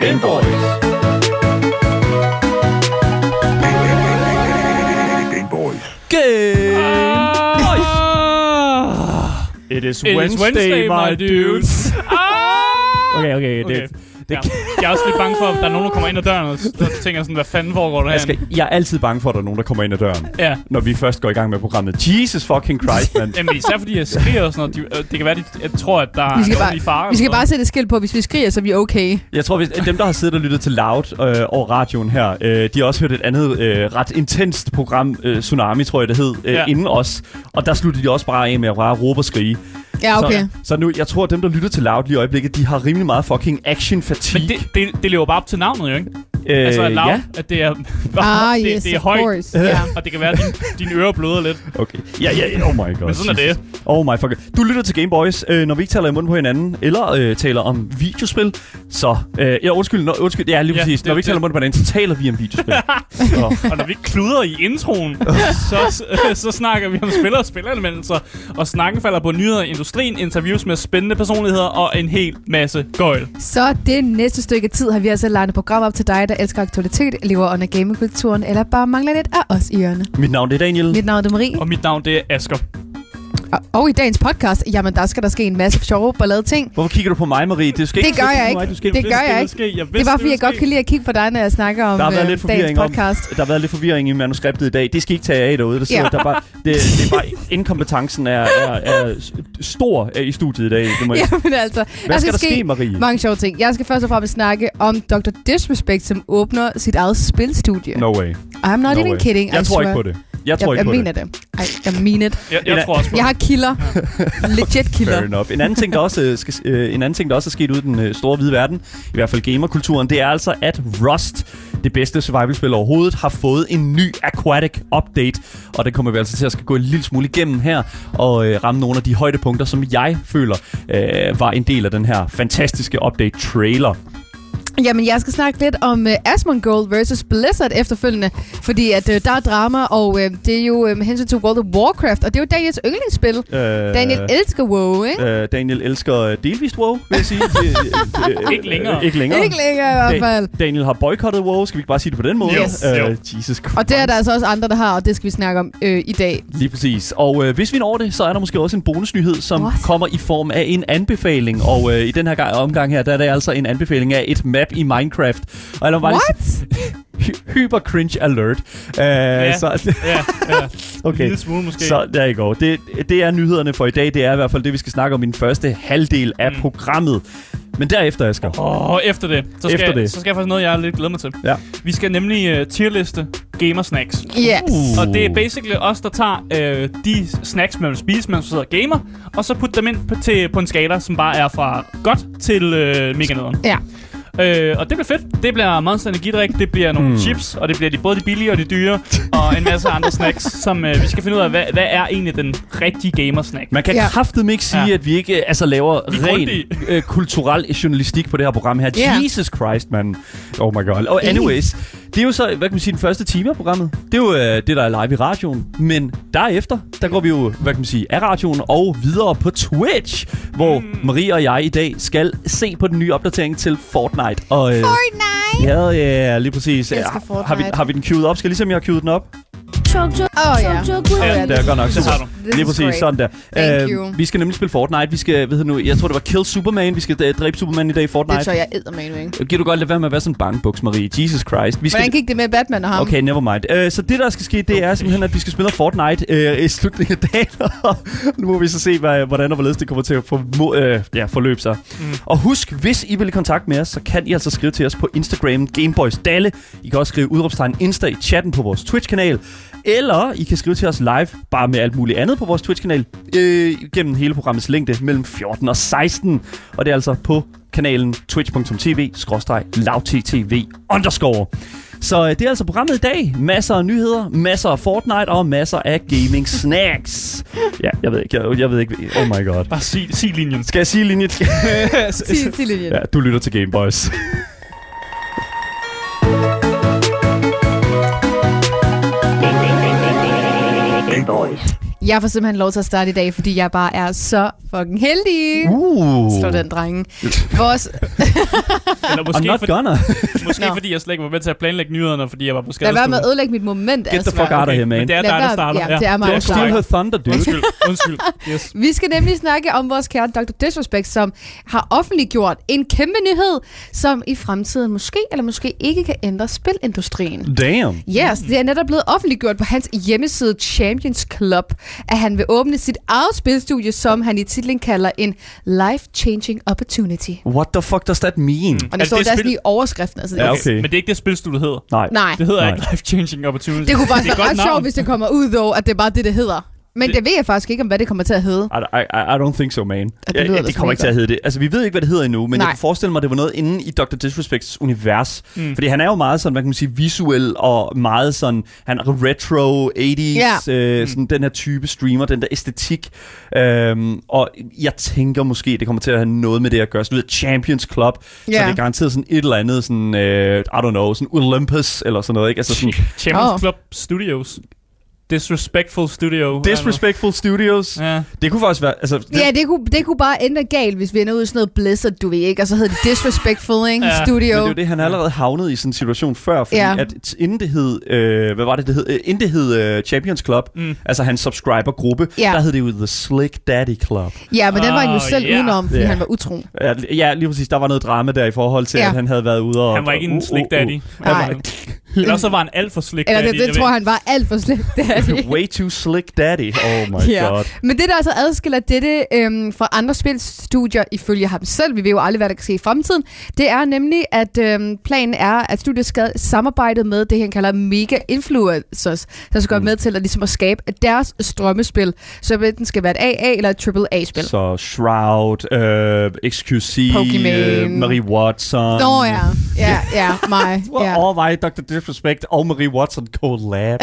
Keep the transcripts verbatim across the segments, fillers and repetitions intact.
Gameboys. Gameboys. It is It Wednesday, is Wednesday, my dudes. Okay, okay, Okay. det... det Ja. Jeg er også lidt bange for, at der er nogen, der kommer ind ad døren, og så tænker sådan, hvad fanden foregår der jeg, skal, jeg er altid bange for, at der er nogen, der kommer ind ad døren, Ja. når vi først går i gang med programmet. Jesus fucking Christ, man. Jamen især fordi jeg skriger og sådan noget. De, øh, det kan være, de, jeg tror, at der er Vi skal nogen bare- i fare. Vi skal bare sætte et skilt på, hvis vi skriger, så er vi okay. Jeg tror, hvis dem, der har siddet og lyttet til Loud øh, over radioen her, øh, de har også hørt et andet øh, ret intenst program, øh, Tsunami, tror jeg det hed, øh, Ja. inden os. Og der sluttede de også bare af med at bare råbe og skrige. Ja, okay. Så, så nu, jeg tror, at dem, der lytter til Loud lige i øjeblikket, de har rimelig meget fucking action fatigue. Men det, det, det lever bare op til navnet, jo ikke? øh, Altså at, loud, ja. at det er, Ah, det, yes, det er of højt, course. Ja. og det kan være, at din, dine ører bløder lidt. Okay. Ja, ja, ja. Oh my god. Men sådan er det. Oh my fuck. Du lytter til Gameboys, øh, når vi ikke taler i munden på hinanden, eller øh, taler om videospil, så... Øh, ja, undskyld, når, undskyld, ja, lige Ja, præcis. det- Når vi ikke taler i det- munden på hinanden, så taler vi om videospil. så. Og når vi kluder i introen, så, så snakker vi om spiller og spilleranmeldelser, og snakken falder på nyheder i industrien, interviews med spændende personligheder og en hel masse gøjl. Så det næste stykke tid har vi altså lagt et program op til dig, der elsker aktualitet, lever under gamingkulturen, eller bare mangler lidt af os i ørene. Mit navn det er Daniel. Mit navn er Marie. Og mit navn det er Asger. Og, og i dagens podcast, jamen der skal der ske en masse sjove ballade ting. Hvorfor kigger du på mig, Marie? Det, skal Det ikke gør jeg på ikke. mig. Du skal Det gør jeg ikke. Ske. Jeg Det er bare fordi, jeg godt kan lide at kigge på dig, når jeg snakker om Der har været øh, lidt dagens forvirring om, podcast. der har været lidt forvirring i manuskriptet i dag. Det skal I ikke tage af derude. Der sidder, Ja. der bare, det, det er bare inkompetencen er, er, er stor i studiet i dag. Det må jeg. Jamen altså, Hvad skal der ske, Marie? mange sjove ting. Jeg skal først og fremmest snakke om doktor Disrespect, som åbner sit eget spilstudie. No way. I'm not No even way. kidding. Jeg I tror swear. ikke på det. Jeg tror jeg, ikke jeg på mener det. det. I, I mean it. Jeg, jeg En- tror også på Jeg det. har kilder. Legit kilder. Fair enough. En anden ting, der også øh, skal, øh, en anden ting, der også er sket ude i den øh, store hvide verden, i hvert fald gamerkulturen, det er altså, at Rust, det bedste survival-spil overhovedet, har fået en ny Aquatic update. Og det kommer vi altså til at skal gå en lille smule igennem her, og øh, ramme nogle af de højdepunkter, som jeg føler øh, var en del af den her fantastiske update-trailer. Jamen, jeg skal snakke lidt om uh, Asmongold versus Blizzard efterfølgende, fordi at uh, der er drama, og uh, det er jo uh, med hensyn til World of Warcraft, og det er jo Daniels yndlingsspil. Øh, Daniel elsker WoW, ikke? øh, Daniel elsker øh, delvist WoW, vil jeg sige. Det- det- øh, Ikke længere. Ikke længere. Ikke længere i hvert fald. Da- Daniel har boykottet WoW, skal vi ikke bare sige det på den måde? Yes. Øh, Jo. Jesus Christ. Og det er der altså også andre, der har, og det skal vi snakke om øh, i dag. Lige præcis. Og øh, hvis vi når det, så er der måske også en bonusnyhed, som What? kommer i form af en anbefaling. Og øh, i den her gang, omgang her, der er det altså en anbefaling af et map i Minecraft. Og jeg bare What? hy- hyper cringe alert. Uh, ja. Så, Ja, ja. okay. En lille smule måske. Så der I går. Det, det er nyhederne for i dag. Det er i hvert fald det, vi skal snakke om i den første halvdel af Mm. programmet. Men derefter, Asger. Og efter det, så skal, Efter det. så skal jeg faktisk noget, jeg lidt glæder mig til. Ja. Vi skal nemlig uh, tierliste gamer snacks. Yes. Uh. Og det er basically os, der tager øh, de snacks, man vil spise, mens man sidder og gamer, og så putter dem ind på, til, på en skala, som bare er fra godt til øh, mega nederen. Ja. Øh, og det bliver fedt. Det bliver Monster energidrik, det bliver nogle Mm. mm. chips, og det bliver de, både de billige og de dyre, og en masse andre snacks, som øh, vi skal finde ud af, hvad, hvad er egentlig den rigtige gamer-snack. Man kan Ja. ja. kraftedeme ikke sige, Ja. at vi ikke øh, altså, laver Vi er ren grundige. øh, kulturel journalistik på det her program her. Ja. Jesus Christ, man. Oh my god. Og anyways, det er jo så, hvad kan man sige, den første time af programmet. Det er jo øh, det, der er live i radioen. Men derefter, der går vi jo, hvad kan man sige, af radioen og videre på Twitch, hvor Mm. Marie og jeg i dag skal se på den nye opdatering til Fortnite. Og, øh, Fortnite! ja, ja, lige præcis. Jeg elsker Ja, har, vi, Fortnite. har vi den queued op? Skal jeg ligesom jeg har queued den op? Åh, ja. Ja, Det er godt nok. det har du. This Lige is præcis, great. sådan der. Thank Øh, you. Vi skal nemlig spille Fortnite. Vi skal, ved du nu, jeg tror det var Kill Superman. Vi skal uh, dræbe Superman i dag i Fortnite. Det tror jeg eddermame, ikke? Giver du godt lade være med at være sådan en bangebuks, Marie? Jesus Christ. Vi skal... Hvordan gik det med Batman og ham? Okay, never mind. Uh, så det, der skal ske, det er simpelthen, at vi skal spille Fortnite uh, i slutningen af dagen. Nu må vi så se, hvad, hvordan og hvorledes det kommer til at for, uh, ja, forløbe sig. Mm. Og husk, hvis I vil i kontakt med os, så kan I altså skrive til os på Instagram, Gameboys Dalle. I kan også skrive udråbstegn Insta i chatten på vores Twitch-kanal. Eller I kan skrive til os live, bare med alt muligt andet på vores Twitch-kanal, øh, gennem hele programmets længde mellem fjorten og seksten. Og det er altså på kanalen twitch punktum tv skråstreg lavttv underscore. Så øh, det er altså programmet i dag. Masser af nyheder, masser af Fortnite og masser af gaming snacks. Ja, jeg ved ikke, jeg, jeg ved ikke. Oh my god. Bare sig, sig linjen. Skal jeg sige linjen? Sig, sig linjen. Ja, du lytter til Gameboys. Jeg får simpelthen lov til at starte i dag, fordi jeg bare er så fucking heldig. Uh. Slå den, drenge. Vores... Eller måske, I'm not for, gonna. måske Nå. fordi jeg slet ikke var med til at planlægge nyhederne, fordi jeg var på Lad skadestue. være med at ødelægge mit moment. Get the fuck out of here, man. Men det er Lad dig, der være- starter. ja, det er mig, Don't der steal starter. her thunder, dude. Undskyld, undskyld. Yes. Vi skal nemlig snakke om vores kære doktor Disrespect, som har offentliggjort en kæmpe nyhed, som i fremtiden måske eller måske ikke kan ændre spilindustrien. Damn. Yes, det er netop blevet offentliggjort på hans hjemmeside Champions Club, at han vil åbne sit eget spilstudie, som han i titlen kalder en life-changing opportunity. What the fuck does that mean? Og Er det det står det der spil- sådan i overskriften. Altså, Ja, okay. Men det er ikke det spilstudie hedder. Nej. Nej, Det hedder Nej. ikke Life Changing Opportunity. det kunne faktisk Det er være godt ret sjovt, navn. hvis det kommer ud, dog, at det er bare det, det hedder. Men det, det ved jeg faktisk ikke, om hvad det kommer til at hedde. I, I, I don't think so, man. Ja, det Ja, lyder ja, da det kommer ikke til at hedde det. Altså, vi ved ikke, hvad det hedder endnu, men Nej. jeg kan forestille mig, at det var noget inde i doktor Disrespects univers. Mm. Fordi han er jo meget sådan, hvad kan man sige, visuel og meget sådan, han er retro, eighties, Ja. øh, sådan den her type streamer, den der æstetik. Øhm, og jeg tænker måske, det kommer til at have noget med det at gøre. Så du ved, Champions Club, så Ja. det er garanteret sådan et eller andet, sådan, øh, I don't know, sådan Olympus eller sådan noget, ikke? Altså sådan Champions Oh. Club Studios. Disrespectful Studio. Disrespectful Studios. Ja. Det kunne faktisk være, altså... Det, Ja, det kunne, det kunne bare ende galt, hvis vi ender ud i sådan noget Blizzard, du ved ikke, og så hedder det Disrespectful, ikke? Ja. Studio. Men det er jo det, han er allerede havnet i sådan en situation før, fordi Ja. at t- inden det hed, øh, hvad var det, det hed? Øh, Inden det hed uh, Champions Club, Mm. altså hans subscriber-gruppe, Ja. der hed det jo The Slick Daddy Club. Ja, men den var han jo Oh, selv yeah. udenom, fordi Ja. han var utro. Ja, ja, lige præcis, der var noget drama der i forhold til, Ja. at han havde været ude og... Han var ikke en uh, slick uh, uh. daddy. Nej. Eller så var han alt for slick Eller daddy. det, det jeg tror ved. han var alt for slemt, det er det. Way too slick daddy. Oh my Ja. god. Men det, der altså adskiller dette øhm, fra andre spilstudier, ifølge ham selv, vi ved jo aldrig, hvad der kan ske i fremtiden, det er nemlig, at øhm, planen er, at studiet skal samarbejde med det, han kalder mega influencers, der skal Mm. være med til at, ligesom at skabe deres strømmespil, så enten skal være et A A eller et triple A-spil. Så Shroud, øh, X Q C, Pokemon. øh, Marie Watson. Nå ja, ja, ja, mig. Ja. Ja. Overvej doktor Disrespect og Marie Watson collab.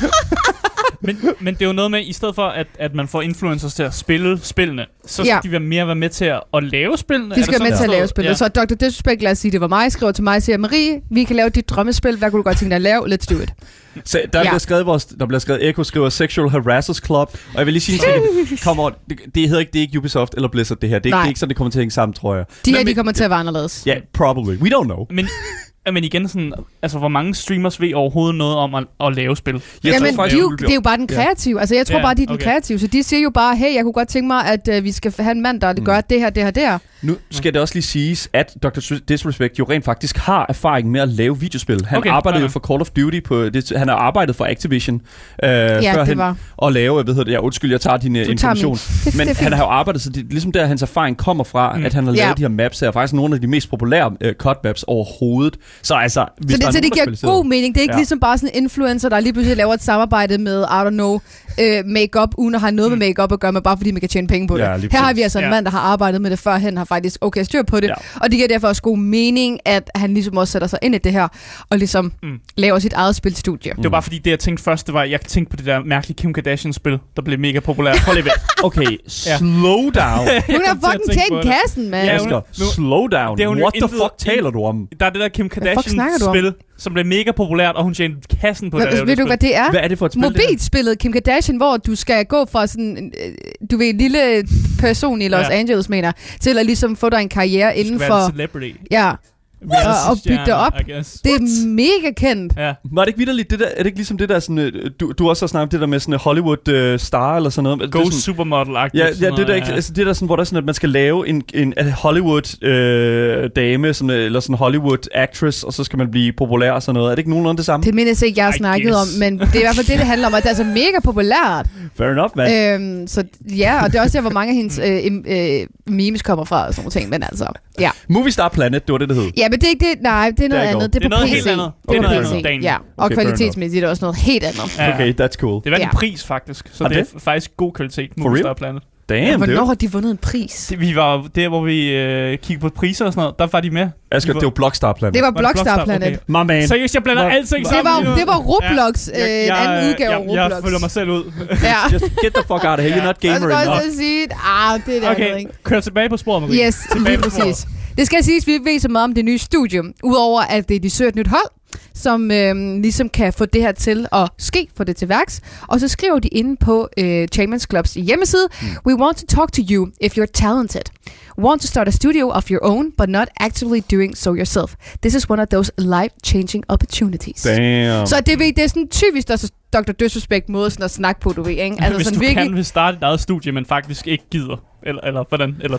Men, men det er jo noget med, i stedet for, at, at man får influencers til at spille spillene, så skal Ja. de være mere være med til at, at lave spillene. De Er skal det være med sådan til at lave forstået? spillet. Ja. Så doktor Disrespect, lad os sige, det var mig, skriver til mig og siger, Marie, vi kan lave dit drømmespil. Hvad kunne du godt tænke dig at lave? Let's do it. Så der, Ja. bliver skrevet vores, der bliver skrevet, Echo skriver Sexual Harassers Club, og jeg vil lige sige en ting, come on, det, det hedder ikke, det er ikke Ubisoft eller Blizzard det her, det er, ikke, det er ikke sådan, det kommer til at hænge sammen, tror jeg. De her, Men- de kommer til at være anderledes. Ja, yeah, probably, we don't know. Men, men igen, sådan, altså, hvor mange streamers ved overhovedet noget om at, at lave spil? Jeg Jamen, tror de, faktisk, er jo, det er jo bare den kreative. Altså, jeg tror Ja, bare, de er den okay. kreative. Så de siger jo bare, hey, jeg kunne godt tænke mig, at uh, vi skal have en mand, der Mm. gør det her, det her, det her. Nu skal det også lige siges, at doktor Disrespect jo rent faktisk har erfaring med at lave videospil. Han Okay, arbejdede fair jo for Call of Duty på det, han har arbejdet for Activision øh, Ja, førhen, det var. og lave, hvad hedder det, ja, undskyld, jeg tager din uh, Du tager information. min. Det, Men det er han fint. har jo arbejdet, så det er ligesom der, hans erfaring kommer fra, Mm. at han har Ja. lavet de her maps her. Faktisk nogle af de mest populære uh, cut maps overhovedet. Så altså, hvis Så der er det, så nogen, det der giver kvalificerer- god mening. Det er ikke Ja. ja. ligesom bare sådan en influencer, der lige pludselig laver et samarbejde med, I don't know, øh, make-up, uden at have noget Mm. med make-up at gøre, men bare fordi man kan tjene penge på det. Ja, lige Her har præcis. vi altså en Ja. mand, der har arbejdet med det førhen, har faktisk okay styr på det. Ja. Og det giver derfor også god mening, at han ligesom også sætter sig ind i det her, og ligesom Mm. laver sit eget spilstudie. Det var bare fordi, det jeg tænkte først, det var, jeg tænkte på det der mærkelige Kim Kardashian-spil, der blev mega populært. Prøv lige ved. Okay, Ja. slow down. Hun har kom til at fucking tænke tænkt på det. kassen, mand. Ja, Ja, hun- Asger, nu- slow down. det er hun jo What the intet- fuck taler du om? Der er det der Kim fuck snakker du om? Kardashian-spil, som blev mega populært, og hun tjente kassen på det. at lave ved det du, spil. hvad det er? Hvad er det for et spil? det her? Mobilspillet Kim Kardashian, hvor du skal gå fra sådan, en, øh, du ved, en lille person i Los Ja. Angeles, mener, til at ligesom få dig en karriere Du skal inden være for... en celebrity. Ja, og bygge det op. I guess. det er mega kendt. Ja. Var det ikke vitterligt, det der, er det ikke ligesom det der sådan, øh, du, du også har snakket om det der med sådan en Hollywood øh, star eller sådan noget? Det er Ghost sådan, Supermodel-agtigt. ja, ja, sådan det der, noget, ikke, altså, det der sådan, hvor der er sådan, at man skal lave en, en Hollywood øh, dame, sådan, øh, eller sådan en Hollywood actress, og så skal man blive populær og sådan noget. Er det ikke nogenlunde det samme? Det mindes ikke, jeg har I snakket om, guess. men det er i hvert fald det, det handler om, at det er altså mega populært. Fair enough, man. Øhm, så ja, og det er også der, hvor mange af hendes øh, im- øh, memes kommer fra og sådan nogle ting, men altså, ja. Movie Star Planet, det var det, det hed. Ja, men det er ikke det, nej, det er noget ikke andet. godt. Det er Det er på noget P C. helt andet. Det er Det er på noget P C, andet, Daniel. ja. Og Okay, fair kvalitetsmæssigt er det også noget helt andet. Ja. Okay, that's cool. Det var en Ja. pris, faktisk. Så Er det er det? faktisk god kvalitet. For Movie real? Star Planet. Damn, Hvornår det har de vundet en pris? Det, vi var der, hvor vi øh, kiggede på priser og sådan noget. Der var de med. Asger, det var Blockstar Planet. Det var Var det Blockstar Blockstar? Planet. Okay. My man. Seriøst, jeg blander Hvor- alting hvor- Det sammen. var, lige nu. det var Roblox, Ja. øh, en Jeg- anden jeg- udgave af jeg, Roblox. jeg føler mig selv ud. Ja. Just get the fuck out of here. You're not Og så gamer skal jeg enough. også sige, ah, det er det Okay, andet, ikke? kør tilbage på sporet, Marie. Yes, tilbage lige på sporet. præcis. Det skal siges, at vi ikke ved så meget om det nye studie, udover at det, de søger et nyt hold, som øh, ligesom kan få det her til at ske, få det til værks. Og så skriver de inde på øh, Champions Clubs hjemmeside, mm. We want to talk to you if you're talented. Want to start a studio of your own, but not actively doing so yourself. This is one of those life-changing opportunities. Damn. Så det, det er sådan typisk doktor Disrespect måde sådan at snakke på, du ved, ikke? Altså, hvis sådan du virkelig... kan vil starte et eget studie, men faktisk ikke gider. Eller, eller hvordan? Eller...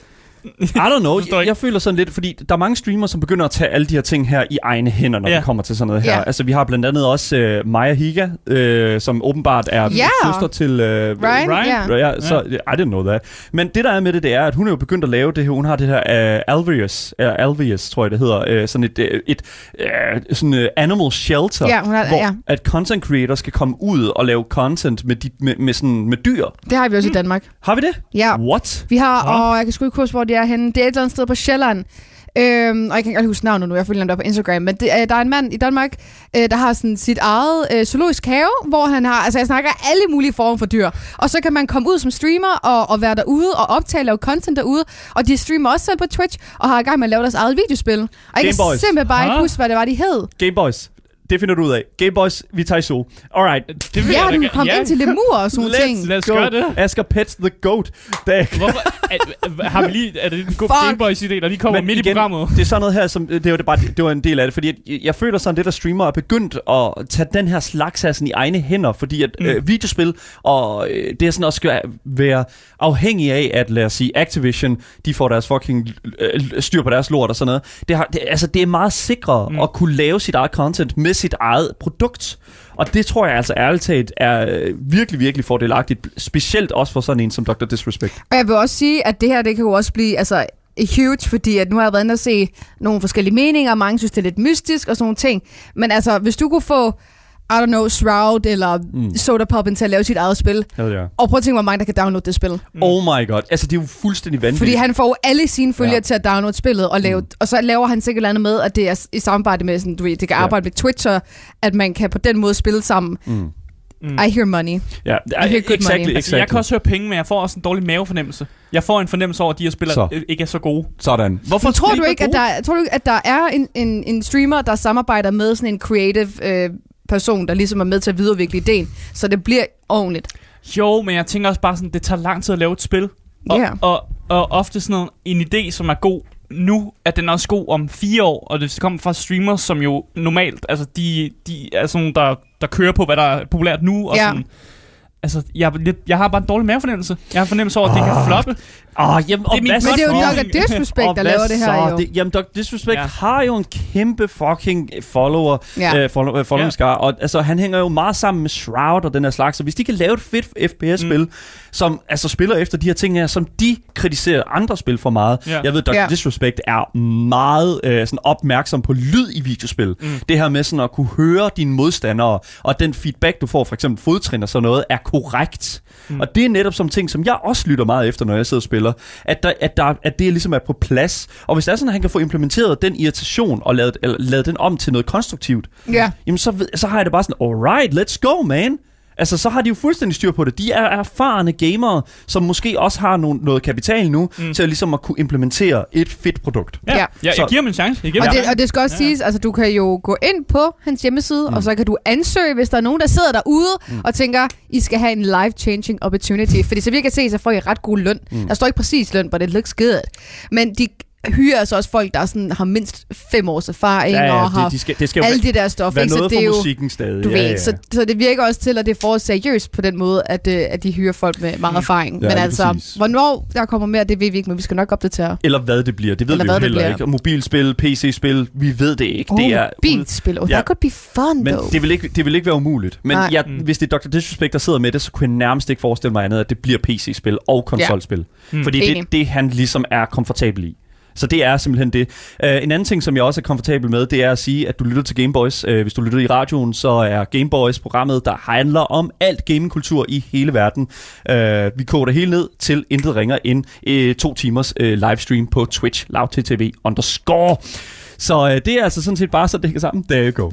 I don't know. Jeg, jeg føler sådan lidt, fordi der er mange streamere, som begynder at tage alle de her ting her i egne hænder, når yeah. det kommer til sådan noget her. Yeah. Altså, vi har blandt andet også uh, Maya Higa, uh, som åbenbart er yeah. søster til uh, Ryan. Ryan. Yeah. Ja, så I didn't know that. Men det der er med det, det er, at hun er jo begyndt at lave det her. Hun har det her uh, Alvius, uh, Alvius, tror jeg det hedder, uh, sådan et, uh, et uh, sådan uh, animal shelter, yeah, har, hvor ja. at content creators skal komme ud og lave content med, de, med, med, sådan, med dyr. Det har vi også mm. i Danmark. Har vi det? Ja. What? Vi har, og oh, jeg kan sgu ikke huske, hvor det er henne. Det er et eller andet sted på Sjælland. Øhm, og jeg kan ikke huske navnet nu, jeg følger ham der på Instagram. Men det, øh, der er en mand i Danmark, øh, der har sådan sit eget øh, zoologisk have, hvor han har, altså jeg snakker alle mulige former for dyr. Og så kan man komme ud som streamer og, og være derude og optage, lave content derude. Og de streamer også selv på Twitch og har i gang med at lave deres eget videospil. Og jeg kan simpelthen bare ikke huske, hvad det var, de hed. Gameboys. Det finder du ud af. Gameboys, vi tager i zoo. Alright. Det ja, du kan komme yeah. ind til lemur og sådan let's ting. Lad os gøre det. Asger Pets the Goat. Hvorfor? Er, har vi lige, er det en god Gameboys-idé, der lige kommer Men midt igen, i programmet? Det er sådan noget her, som, det var, det bare, det var en del af det, fordi at, jeg føler sådan lidt, at streamere er begyndt at tage den her slagsassen i egne hænder, fordi at mm. øh, videospil, og øh, det er sådan også skal være afhængig af, at lad os sige, Activision, de får deres fucking øh, styr på deres lort og sådan noget. Det, har, det, altså, det er meget sikrere mm. at kunne lave sit eget content med sit eget produkt. Og det tror jeg altså ærligt talt er øh, virkelig, virkelig fordelagtigt. Specielt også for sådan en som doktor Disrespect. Og jeg vil også sige, at det her, det kan jo også blive altså, huge, fordi at nu har jeg været inde og se nogle forskellige meninger. Mange synes, det er lidt mystisk og sådan nogle ting. Men altså, hvis du kunne få I don't know, Shroud eller mm. Sodapoppen til at lave sit eget spil. Yeah. Og prøv at tænke, hvor mange der kan downloade det spil. Mm. Oh my god. Altså, det er jo fuldstændig vanvittigt. Fordi han får alle sine følgere ja. til at downloade spillet, og, lave, mm. og så laver han sikkert andet med, at det er i samarbejde med, sådan, du ved, det kan arbejde ja. med Twitch, at man kan på den måde spille sammen. Mm. Mm. I hear money. Ja, I hear good exactly, money. Altså, jeg kan også høre penge, men jeg får også en dårlig mavefornemmelse. Jeg får en fornemmelse over, at de her spillere så. ikke er så gode. Sådan. Hvorfor tror du ikke, at der, tror du, at der er en, en, en streamer, der samarbejder med sådan en creative øh, person, der ligesom er med til at videreudvikle ideen, så det bliver ordentligt? Jo, men jeg tænker også bare sådan, det tager lang tid at lave et spil. Og, yeah. og, og ofte sådan noget, en idé, som er god nu, at den er også god om fire år, og det kommer fra streamers, som jo normalt, altså de, de er sådan der, der kører på, hvad der er populært nu, og yeah. sådan. Altså, jeg, jeg har bare en dårlig mavefornemmelse. Jeg har fornemmelse over, at det kan floppe. Oh, jamen, det er men det er jo doktor Disrespect, der laver det her jo. Det, jamen, doktor Disrespect ja. har jo en kæmpe fucking follower, ja. øh, follow, øh, following-skare, ja. og altså, han hænger jo meget sammen med Shroud og den her slags, så hvis de kan lave et fedt F P S-spil, mm. som altså spiller efter de her ting her, som de kritiserer andre spil for meget. Ja. Jeg ved, doktor Ja. Disrespect er meget øh, sådan opmærksom på lyd i videospil. Mm. Det her med sådan at kunne høre dine modstandere, og den feedback, du får, for eksempel fodtrin og sådan noget, er korrekt. Mm. Og det er netop som ting, som jeg også lytter meget efter, når jeg sidder og spiller, at, der, at, der, at det ligesom er på plads. Og hvis det er sådan, at han kan få implementeret den irritation og lavet, eller, lavet den om til noget konstruktivt, yeah. jamen så, så har jeg det bare sådan, alright, let's go, man. Altså, så har de jo fuldstændig styr på det. De er erfarne gamere, som måske også har no- noget kapital nu, mm. til at ligesom at kunne implementere et fedt produkt. Ja, ja. ja jeg giver dem en chance. Jeg giver og, det, og det skal også ja. siges, altså du kan jo gå ind på hans hjemmeside, mm. og så kan du ansøge, hvis der er nogen, der sidder derude mm. og tænker, I skal have en life-changing opportunity. Fordi så vi kan se, så får I ret god løn. Mm. Der står ikke præcis løn, but it looks good. Men de hyrer altså også folk, der sådan har mindst fem års erfaring, ja, ja, og har det, de skal, det skal alle det der stof. være ikke? noget så det for er musikken stadig. Du ja, ved, ja. Så, så det virker også til, at det er for seriøst på den måde, at, at de hyrer folk med meget erfaring. Ja, men altså, præcis. Hvornår der kommer mere, det ved vi ikke, men vi skal nok opdatere. Eller hvad det bliver, det ved Eller vi jo heller bliver. ikke. Mobilspil, P C-spil, vi ved det ikke. Oh, det er mobilspil, oh, ja. that could be fun, men though. det vil, ikke, det vil ikke være umuligt. Men ja, mm. hvis det er doktor Disrespect, der sidder med det, så kunne jeg nærmest ikke forestille mig andet, at det bliver P C-spil og konsolspil. Ja. Mm. Fordi det er det, han ligesom er komfortabel i. Så det er simpelthen det. Uh, en anden ting, som jeg også er komfortabel med, det er at sige, at du lytter til Gameboys. Uh, hvis du lytter i radioen, så er Gameboys programmet, der handler om alt gamingkultur i hele verden. Uh, vi koger det hele ned til intet ringer end uh, to timers uh, livestream på Twitch, lavttv underscore. Så uh, det er altså sådan set bare så det hænger sammen. There you go.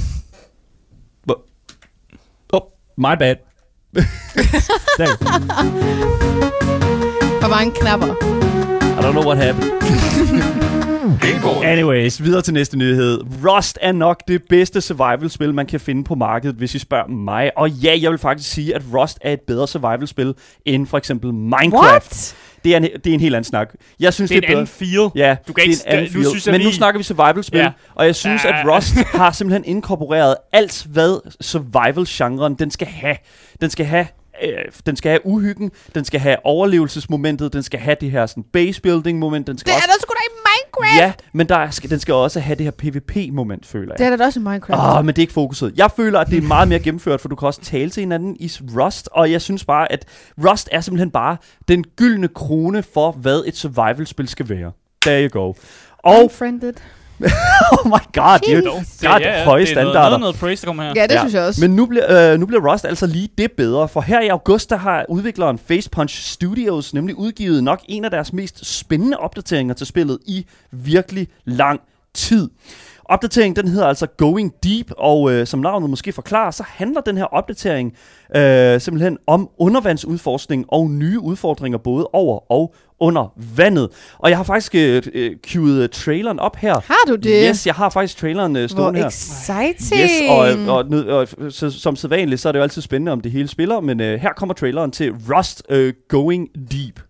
Oh, my bad. There you go. For mange knapper. I don't know what happened. Anyways, videre til næste nyhed. Rust er nok det bedste survival-spil, man kan finde på markedet, hvis I spørger mig. Og ja, jeg vil faktisk sige, at Rust er et bedre survival-spil end for eksempel Minecraft. What? Det er, en, det er en helt anden snak. Jeg synes, det er det en bedre. anden feel. Ja, du kan det ikke, er en anden nu feel. synes jeg, Men vi... nu snakker vi survival-spil, ja. Og jeg synes, at Rust har simpelthen inkorporeret alt, hvad survival-genren den skal have. Den skal have øh, den skal have uhyggen, den skal have overlevelsesmomentet, den skal have det her sådan base-building-moment. Den skal det også... er der sgu da i Minecraft! Ja, men der er, den skal også have det her PvP-moment, føler jeg. Det er der også i Minecraft. Åh, oh, men det er ikke fokuset. Jeg føler, at det er meget mere gennemført, for du kan også tale til hinanden i Rust, og jeg synes bare, at Rust er simpelthen bare den gyldne krone for, hvad et survival-spil skal være. There you go. Og... Unfriended. oh my god, det er jo ja, ja, høje det er standarder. noget, noget praise, der kommer her. Ja, det ja. synes jeg også. Men nu bliver, øh, nu bliver Rust altså lige det bedre, for her i august, der har udvikleren Facepunch Studios nemlig udgivet nok en af deres mest spændende opdateringer til spillet i virkelig lang tid. Opdateringen, den hedder altså Going Deep, og øh, som navnet måske forklarer, så handler den her opdatering øh, simpelthen om undervandsudforskning og nye udfordringer både over og under vandet. Og jeg har faktisk øh, øh, queuet traileren op her. Har du det? Yes, jeg har faktisk traileren øh, stående her. Hvor exciting! Yes, og, og, og, og så, som sædvanligt, så er det jo altid spændende, om det hele spiller, men øh, her kommer traileren til Rust øh, Going Deep.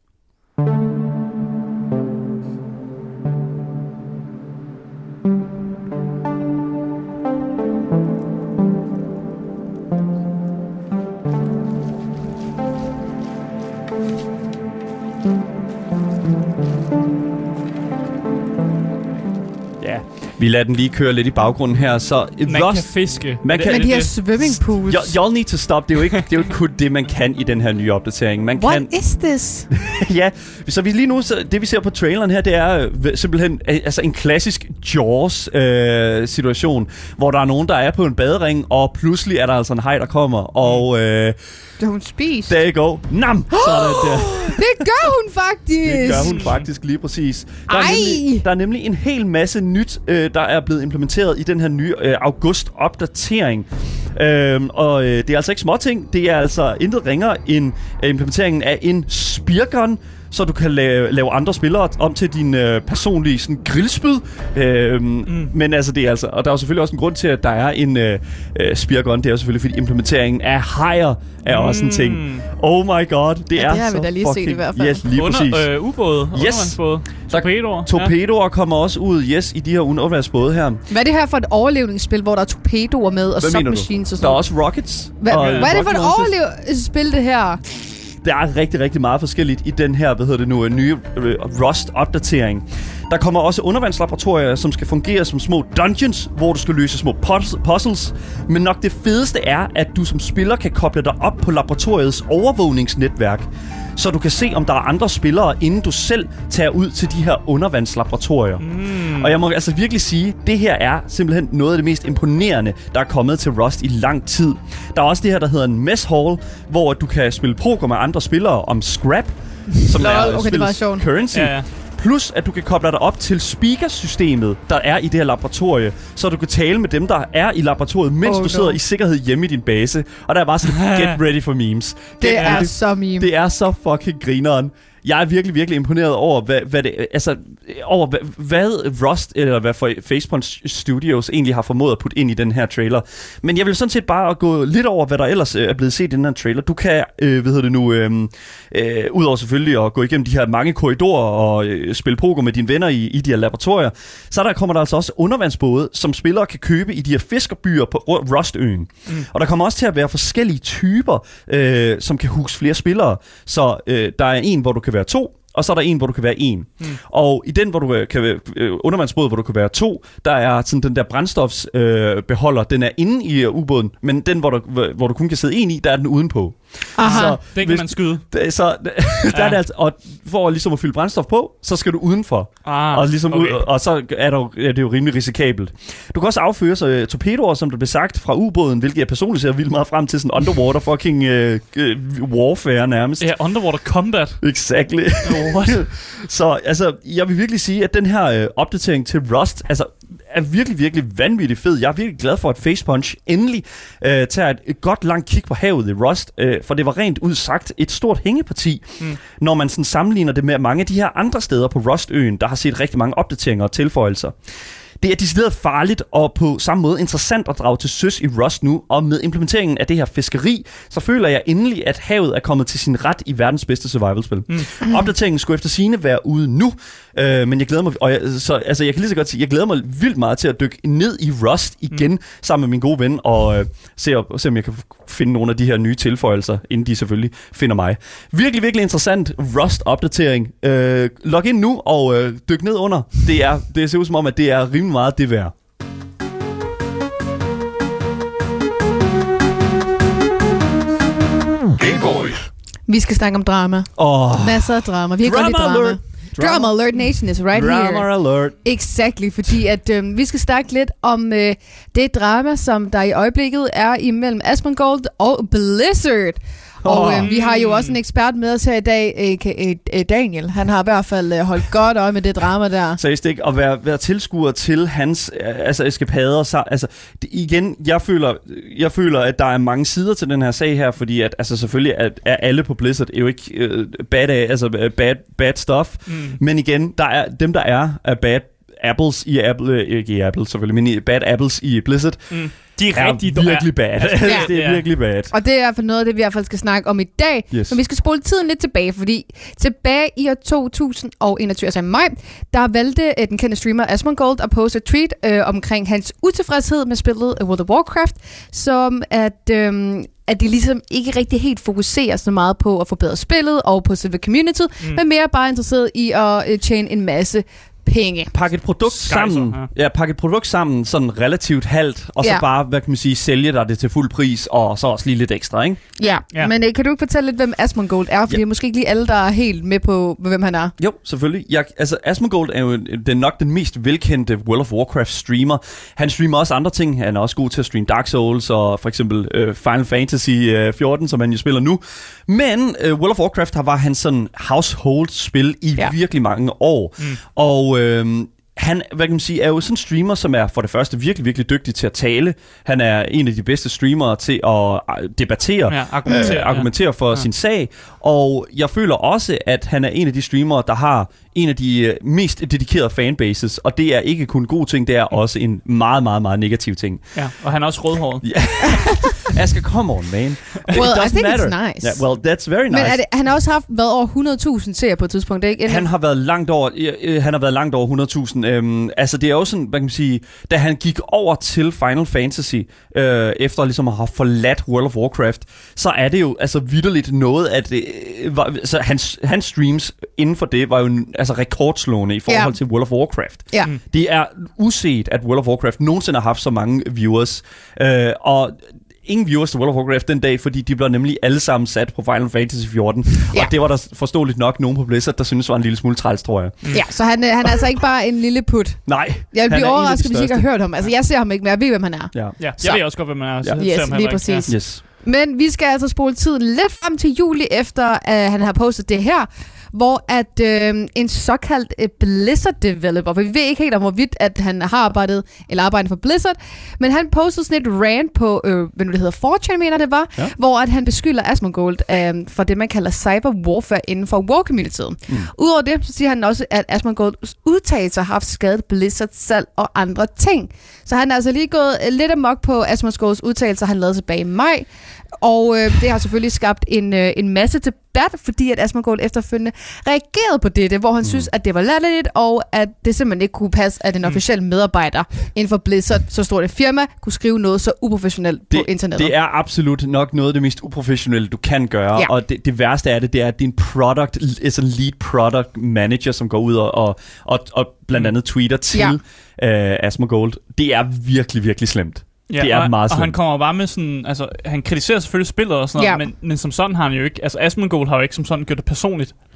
Vi lader den lige køre lidt i baggrunden her, så... Man Rust, kan fiske. Man kan, Men de her swimming pools... Y- y'all need to stop. Det er jo ikke, det er jo ikke kun det, man kan i den her nye opdatering. Man What kan, is this? ja, så vi lige nu... Så det, vi ser på traileren her, det er øh, simpelthen øh, altså en klassisk Jaws-situation, øh, hvor der er nogen, der er på en badering, og pludselig er der altså en haj, der kommer, og... Øh, det har hun spist. There you go. Nam! Så er det der. Det gør hun faktisk! Det gør hun faktisk lige præcis. Der er, Ej! nemlig, der er nemlig en hel masse nyt, øh, der er blevet implementeret i den her nye øh, august-opdatering. Øhm, og øh, det er altså ikke småting. Det er altså intet ringere end øh, implementeringen af en speargun, så du kan lave, lave andre spillere om til din øh, personlige sådan, grillspyd. Øhm, mm. Men altså, det er altså... Og der er jo selvfølgelig også en grund til, at der er en øh, øh, speargun. Det er jo selvfølgelig, fordi implementeringen af hajer er mm. også en ting. Oh my god, det ja, er det har så vi da lige fucking... set i hvert fald. Yes, lige Under, præcis. øh, ubåde, yes. undervandsbåde, torpedoer. Torpedoer ja. kommer også ud, yes, i de her undervandsbåde her. Hvad er det her for et overlevningsspil, hvor der er torpedoer med og submachines og sådan? Der er også rockets. Hva, og, hvad er det for et overlevelsesspil, det her? Der er rigtig, rigtig meget forskelligt i den her, hvad hedder det nu, nye uh, Rust-opdatering. Der kommer også undervandslaboratorier, som skal fungere som små dungeons, hvor du skal løse små puzzles. Men nok det fedeste er, at du som spiller kan koble dig op på laboratoriets overvågningsnetværk, så du kan se, om der er andre spillere, inden du selv tager ud til de her undervandslaboratorier. Mm. Og jeg må altså virkelig sige, at det her er simpelthen noget af det mest imponerende, der er kommet til Rust i lang tid. Der er også det her, der hedder en mess hall, hvor du kan spille poker med andre spillere om scrap, som Lol, er okay, spillets currency. Ja, ja. Plus, at du kan koble dig op til speakersystemet, der er i det her laboratorie, så du kan tale med dem, der er i laboratoriet, mens oh, du sidder no. i sikkerhed hjemme i din base. Og der er bare sådan, get ready for memes. Det, det er, er så meme. Det er så fucking grineren. Jeg er virkelig, virkelig imponeret over, hvad, hvad det, altså, over hvad, hvad Rust, eller hvad for Facepunch Studios egentlig har formået at putte ind i den her trailer. Men jeg vil sådan set bare gå lidt over, hvad der ellers er blevet set i den her trailer. Du kan, øh, hvad hedder det nu, øh, øh, udover selvfølgelig at gå igennem de her mange korridorer og øh, spille poker med dine venner i, i de her laboratorier, så der kommer der altså også undervandsbåde, som spillere kan købe i de her fiskerbyer på Rust-øen. Mm. Og der kommer også til at være forskellige typer, øh, som kan huse flere spillere. Så øh, der er en, hvor du kan være to, og så er der en, hvor du kan være en. Mm. Og i den, hvor du kan være øh, undervandsbåd, hvor du kan være to, der er sådan den der brændstofsbeholder, øh, beholder, den er inde i uh, ubåden, men den, hvor du, hvor du kun kan sidde en i, der er den udenpå. Aha, så, den kan hvis, man skyde. D- så der ja. er det altså, og for ligesom at fylde brændstof på, så skal du udenfor. Ah, og, ligesom okay. ud, og så er, der, er det jo rimelig risikabelt. Du kan også afføre så, uh, torpedoer, som der blev sagt, fra ubåden, hvilket jeg personligt ser vildt meget frem til, sådan underwater fucking uh, uh, warfare nærmest. Ja, underwater combat. Exactly. Så altså, jeg vil virkelig sige, at den her øh, opdatering til Rust, altså er virkelig, virkelig vanvittigt fed. Jeg er virkelig glad for, at Facepunch endelig øh, tager et, et godt langt kig på havet i Rust, øh, for det var rent ud sagt et stort hængeparti, mm. når man sådan sammenligner det med mange af de her andre steder på Rust-øen, der har set rigtig mange opdateringer og tilføjelser. Det er decideret farligt og på samme måde interessant at drage til søs i Rust nu, og med implementeringen af det her fiskeri, så føler jeg endelig, at havet er kommet til sin ret i verdens bedste survival-spil. Mm. Opdateringen skulle efter sigende være ude nu, øh, men jeg glæder mig, og jeg, så, altså, jeg kan lige så godt sige, jeg glæder mig vildt meget til at dykke ned i Rust igen, mm. sammen med min gode ven, og øh, se, se om jeg kan finde nogle af de her nye tilføjelser, inden de selvfølgelig finder mig. Virkelig, virkelig interessant Rust-opdatering. Øh, log ind nu og øh, dyk ned under. Det, er, det ser ud som om, at det er rimelig meget det værd. Vi skal snakke om drama. Oh. Masser af drama. Vi har godt lide drama. Alert. Drama. Drama Alert Nation is right drama here. Drama Alert. Exactly, fordi at øh, vi skal snakke lidt om øh, det drama, som der i øjeblikket er imellem Asmongold og Blizzard. Og Oh. øh, vi har jo også en ekspert med os her i dag, øh, Daniel. Han har i hvert fald øh, holdt godt øje med det drama der. Seriøst ikke, at være, være tilskuer til hans øh, altså eskapader. Så, altså, det, igen, jeg føler, jeg føler, at der er mange sider til den her sag her, fordi at, altså, selvfølgelig er, er alle på Blizzard jo ikke øh, bad, altså, bad, bad stuff. Mm. Men igen, der er, dem der er, er bad apples i Apple, øh, ikke i Apple selvfølgelig, men i bad apples i Blizzard. Mm. De er, er rigtig virkelig bad. Ja. Det er virkelig bad. Og det er i hvert fald noget af det, vi i hvert fald skal snakke om i dag. Yes. Men vi skal spole tiden lidt tilbage, fordi tilbage i år to tusind og enogtyve, altså i maj, der valgte uh, den kendte streamer Asmongold at poste et tweet uh, omkring hans utilfredshed med spillet uh, World of Warcraft, som at... Um, at de ligesom ikke rigtig helt fokuserer så meget på at forbedre spillet og på selve community, mm. men mere bare interesseret i at uh, tjene en masse penge. Pakke et produkt sammen, ja. ja, pakke et produkt sammen sådan relativt halvt, og så ja. bare, hvad kan man sige, sælge dig det til fuld pris, og så også lige lidt ekstra, ikke? Ja, ja. Men uh, kan du ikke fortælle lidt, hvem Asmongold er? Fordi ja. måske ikke lige alle, der er helt med på, hvem han er. Jo, selvfølgelig. Jeg, altså, Asmongold er jo den, nok den mest velkendte World of Warcraft streamer. Han streamer også andre ting. Han er også god til at streame Dark Souls, og for eksempel uh, Final Fantasy uh, fjorten, som han jo spiller nu. Men uh, World of Warcraft har var hans sådan household-spil i ja. virkelig mange år. Mm. Og Øhm, han, hvad kan man sige, er jo sådan en streamer, som er for det første virkelig, virkelig dygtig til at tale. Han er en af de bedste streamere til at debattere, ja, argumentere, øh, argumentere ja. for ja. sin sag. Og jeg føler også, at han er en af de streamere, der har en af de mest dedikerede fanbases. Og det er ikke kun en god ting, det er også en meget, meget, meget negativ ting. Ja, og han er også rødhåret. Ja. Asger, come on, man. Well, I think matter. It's nice. Yeah, well, that's very nice. Men er det, han har også haft været over hundrede tusind seere på et tidspunkt, ikke? Han har været langt over, øh, han har været langt over hundrede tusind. Øhm, altså, det er også sådan, hvad kan man sige, da han gik over til Final Fantasy, øh, efter ligesom at have forladt World of Warcraft, så er det jo altså vitterligt noget, at det, øh, var, så hans, hans streams inden for det var jo altså rekordslående i forhold ja. til World of Warcraft. Ja. Det er uset, at World of Warcraft nogensinde har haft så mange viewers, øh, og ingen viewers til World of Warcraft den dag, fordi de blev nemlig alle sammen sat på Final Fantasy fjorten. Ja. Og det var der forståeligt nok nogen på Blizzard, der synes var en lille smule træls, tror jeg. Mm. Ja, så han, han er altså ikke bare en lille put. Nej. Jeg vil blive overrasket, hvis jeg ikke har hørt ham. Altså, jeg ser ham ikke, men jeg ved, hvem han er. Ja, ja. Jeg ved også godt, hvem han er. Ja. Yes, lige præcis. Ja. Yes. Men vi skal altså spole tiden lidt frem til juli, efter at han har postet det her, hvor at øh, en såkaldt øh, Blizzard-developer, for vi ved ikke helt om, hvorvidt at han har arbejdet eller arbejdet for Blizzard, men han postede sådan et rant på, øh, hvad nu det hedder, four chan, mener det var, ja. hvor at han beskylder Asmongold øh, for det, man kalder cyber warfare inden for war-communityet. Mm. Udover det, så siger han også, at Asmongolds udtalelser har haft skadet Blizzards salg og andre ting. Så han er altså lige gået lidt amok på Asmongolds udtalelser, han lavede tilbage i maj, og øh, det har selvfølgelig skabt en, øh, en masse debat, fordi at Asmongold efterfølgende reagerede på dette, hvor han mm. synes, at det var latterligt, og at det simpelthen ikke kunne passe, at en officiel medarbejder inden for Blizzard, så stort et firma, kunne skrive noget så uprofessionelt det, på internettet. Det er absolut nok noget af det mest uprofessionelle, du kan gøre, ja. og det, det værste af det, det er, at din product, altså lead product manager, som går ud og, og, og, og blandt andet tweeter til ja. øh, Asmongold. Det er virkelig, virkelig slemt. Ja, det er og, meget og han kommer bare med sådan, altså han kritiserer selvfølgelig spillet og sådan ja. noget, men, men som sådan har han jo ikke, altså Asmongold har jo ikke som sådan gjort det personligt.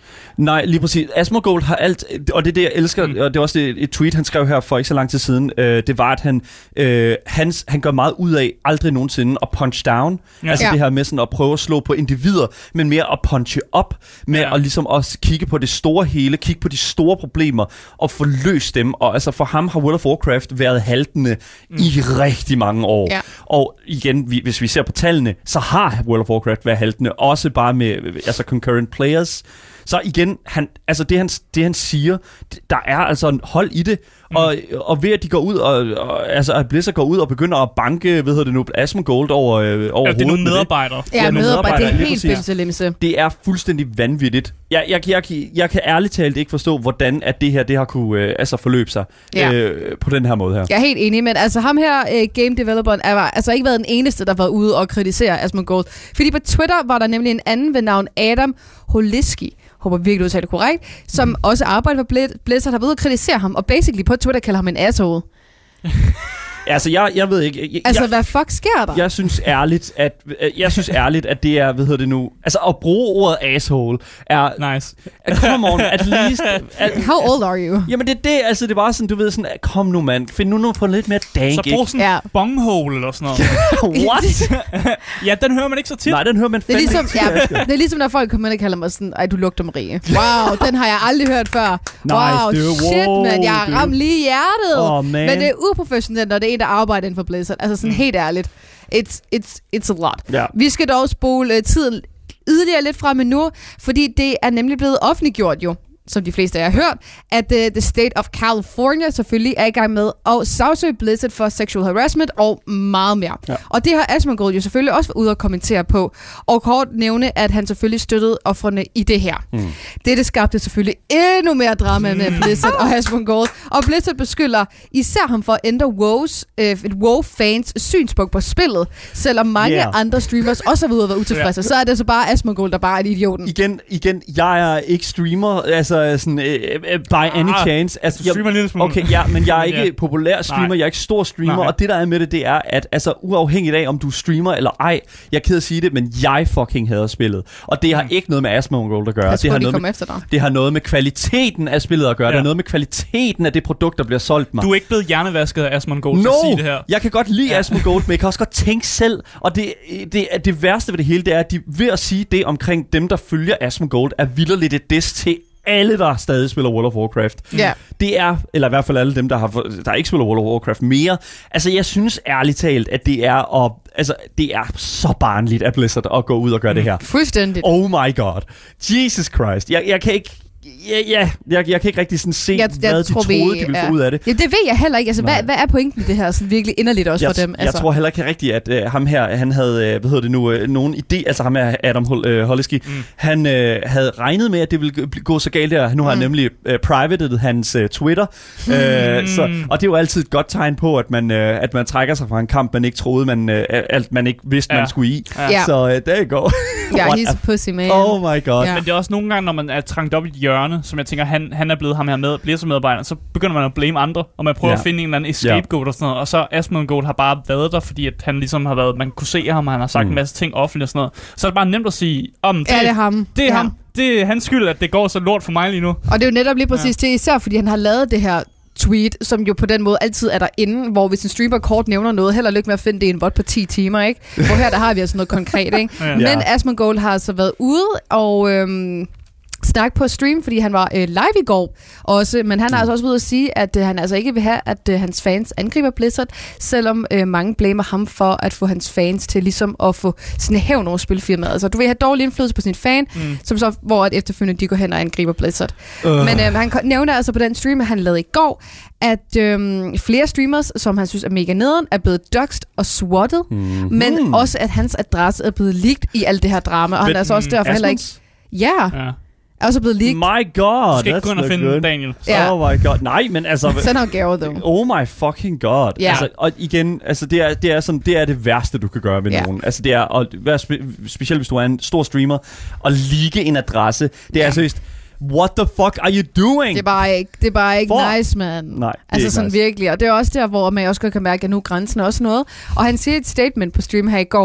Nej, lige præcis. Asmongold har alt, og det er det, jeg elsker, mm. og det er også det, et tweet, han skrev her for ikke så lang tid siden, øh, det var, at han, øh, hans, han gør meget ud af aldrig nogensinde at punch down, ja. altså ja. det her med sådan at prøve at slå på individer, men mere at punche op, med ja. at ligesom også kigge på det store hele, kigge på de store problemer, og få løst dem, og altså for ham har World of Warcraft været haltende mm. i rigtig mange år, ja. og igen, vi, hvis vi ser på tallene, så har World of Warcraft været haltende, også bare med altså concurrent players. Så igen, han, altså det han, det han siger, der er altså en hold i det, mm. og, og ved at de går ud, og, og altså at Blizzard går ud og begynder at banke, hvad hedder det nu, Asmongold over, øh, over ja, hovedet. det er nogle medarbejdere. Ja, ja medarbejdere, det er helt bimselimse. Det er fuldstændig vanvittigt. Jeg, jeg, jeg, jeg, jeg kan ærligt talt ikke forstå, hvordan at det her, det har kunne øh, altså forløbe sig ja. øh, på den her måde her. Jeg er helt enig, men altså ham her, øh, game developeren, er altså ikke været den eneste, der var ude og kritisere Asmongold. Fordi på Twitter var der nemlig en anden ved navn Adam Holiski, håber virkelig udtalt korrekt, som mm. også arbejder for Blizzard, har været ude og kritisere ham, og basically på Twitter kalder ham en asshole. Altså, jeg, jeg ved ikke... Jeg, altså, jeg, hvad fuck sker der? Jeg synes ærligt, at, jeg synes ærligt, at det er, hvad hedder det nu... Altså, at bruge ordet asshole er... Nice. Come on, at least... At, How old are you? Jamen, det er det, altså, det er bare sådan, du ved sådan... Kom nu, mand. Find nu noget på lidt mere dank, så brug sådan en ja. bonghole eller sådan noget. What? Ja, den hører man ikke så tit. Nej, den hører man det er ligesom, ja, det er ligesom, når folk kommer ind og kalder mig sådan... Ej, du lugter Marie. Wow, den har jeg aldrig hørt før. Nice, wow, dude. shit, Wow, man. Jeg har ramt lige i hjertet. Oh, man. Men det er uprofessionelt, når det er en, der arbejder inden for Blizzard. Altså sådan mm. helt ærligt. It's, it's, it's a lot. Ja. Vi skal dog spole uh, tiden yderligere lidt frem nu, fordi det er nemlig blevet offentliggjort jo, som de fleste af jer har hørt, at uh, The State of California selvfølgelig er i gang med at sagsøge Blizzard for sexual harassment og meget mere. Ja. Og det har Asmongold jo selvfølgelig også været ude at kommentere på, og kort nævne, at han selvfølgelig støttede ofrene i det her. Mm. Dette skabte selvfølgelig endnu mere drama med Blizzard og Asmongold, og Blizzard beskylder især ham for at ændre WoW's, øh, WoW-fans synspunkt på spillet, selvom mange yeah. andre streamers også har været ude at være utilfredse. Yeah. Så er det så bare Asmongold, der bare er idioten. Igen, igen, jeg er ikke streamer, altså sådan, uh, uh, by any ah, chance. Altså, du streamer en lille smule. Okay, ja, men jeg er ikke yeah. populær streamer, Nej. jeg er ikke stor streamer, Nej. og det der er med det, det er, at altså, uafhængigt af, om du streamer eller ej, jeg er ked at sige det, men jeg fucking hader spillet. Og det har mm. ikke noget med Asmongold at gøre. Jeg det, har de noget med, efter dig. det har noget med kvaliteten af spillet at gøre. Ja. Det har noget med kvaliteten af det produkt, der bliver solgt mig. Du er ikke blevet hjernevasket af Asmongold no, til at sige det her. Jeg kan godt lide ja. Asmongold, men jeg kan også godt tænke selv. Og det, det, det værste ved det hele, det er, at de ved at sige det omkring dem, der følger Asmongold, er vildt et diss til alle, der stadig spiller World of Warcraft. Yeah. Det er, eller i hvert fald alle dem, der, har, der ikke spiller World of Warcraft mere. Altså, jeg synes ærligt talt, at det er, og, altså, det er så barnligt af Blizzard at gå ud og gøre mm. det her. Fuldstændigt. Oh my god. Jesus Christ. Jeg, jeg kan ikke... Ja, ja jeg, jeg kan ikke rigtig sådan se, jeg, jeg hvad de troede, vi, de ville ja. få ud af det. Ja, det ved jeg heller ikke. Altså, hvad, hvad er pointen i det her? Sådan virkelig inderligt også jeg, for dem. Altså. Jeg tror heller ikke rigtigt, at uh, ham her, han havde, uh, hvad hedder det nu, uh, nogen idé, altså ham her, Adam uh, Holiski, mm. han uh, havde regnet med, at det ville gå så galt der. Nu har mm. han nemlig uh, privated hans uh, Twitter. Mm. Uh, så, og det er jo altid et godt tegn på, at man, uh, at man trækker sig fra en kamp, man ikke troede, man, uh, alt man ikke vidste, ja. man skulle i. Ja. Så uh, der you go. Ja, he's a pussy man. Oh my god. Ja. Men det er også nogle gange, når man er trængt op i et hjørne, som jeg tænker, han, han er blevet ham her med, bliver som medarbejder, så begynder man at blame andre, og man prøver ja. at finde en eller anden scapegoat ja. og sådan noget, og så Asmongold har bare været der, fordi at han ligesom har været, man kunne se ham, og han har sagt mm. en masse ting offentligt og sådan noget. Så er det bare nemt at sige, om det, ja, det er ham. Det er ja. ham. Det er hans skyld, at det går så lort for mig lige nu. Og det er jo netop lige præcis ja. det, især fordi han har lavet det her tweet, som jo på den måde altid er derinde, hvor hvis en streamer kort nævner noget, held og lykke med at finde det i en bot på ti timer, ikke? Hvor her der har vi altså noget konkret, ikke? ja. Men Asmongold har altså været ude og øhm, snak på stream, fordi han var øh, live i går også, men han har altså også ved at sige, at øh, han altså ikke vil have, at øh, hans fans angriber Blizzard, selvom øh, mange blamer ham for at få hans fans til ligesom at få sin hævn over spilfirmaet. Altså, du vil have dårlig indflydelse på sin fan, mm. som så, hvor at efterfølgende de går hen og angriber Blizzard. Uh. Men øh, han nævner altså på den stream, han lavede i går, at øh, flere streamers, som han synes er mega nederen, er blevet doxed og swattet, mm-hmm. men også at hans adresse er blevet leaked i alt det her drama, og but, han er altså også derfor heller ikke... Ja, ja. er også blevet leaked. My god, du skal ikke gå ind og finde good. Daniel. Yeah. Oh my god, nej, men altså... Send ham gaver, dog. Oh my fucking god. Yeah. Altså, og igen, altså, det er, det, er sådan, det er det værste, du kan gøre ved yeah. nogen. Altså, det er at være spe- specielt, hvis du er en stor streamer, og leake en adresse. Det er yeah. seriøst... What the fuck are you doing? Det er bare ikke, det er bare ikke For? nice, man. Nej, det altså er sådan nice. virkelig. Og det er også der, hvor man også godt kan mærke, at nu er grænsen også noget. Og han siger et statement på stream her i går.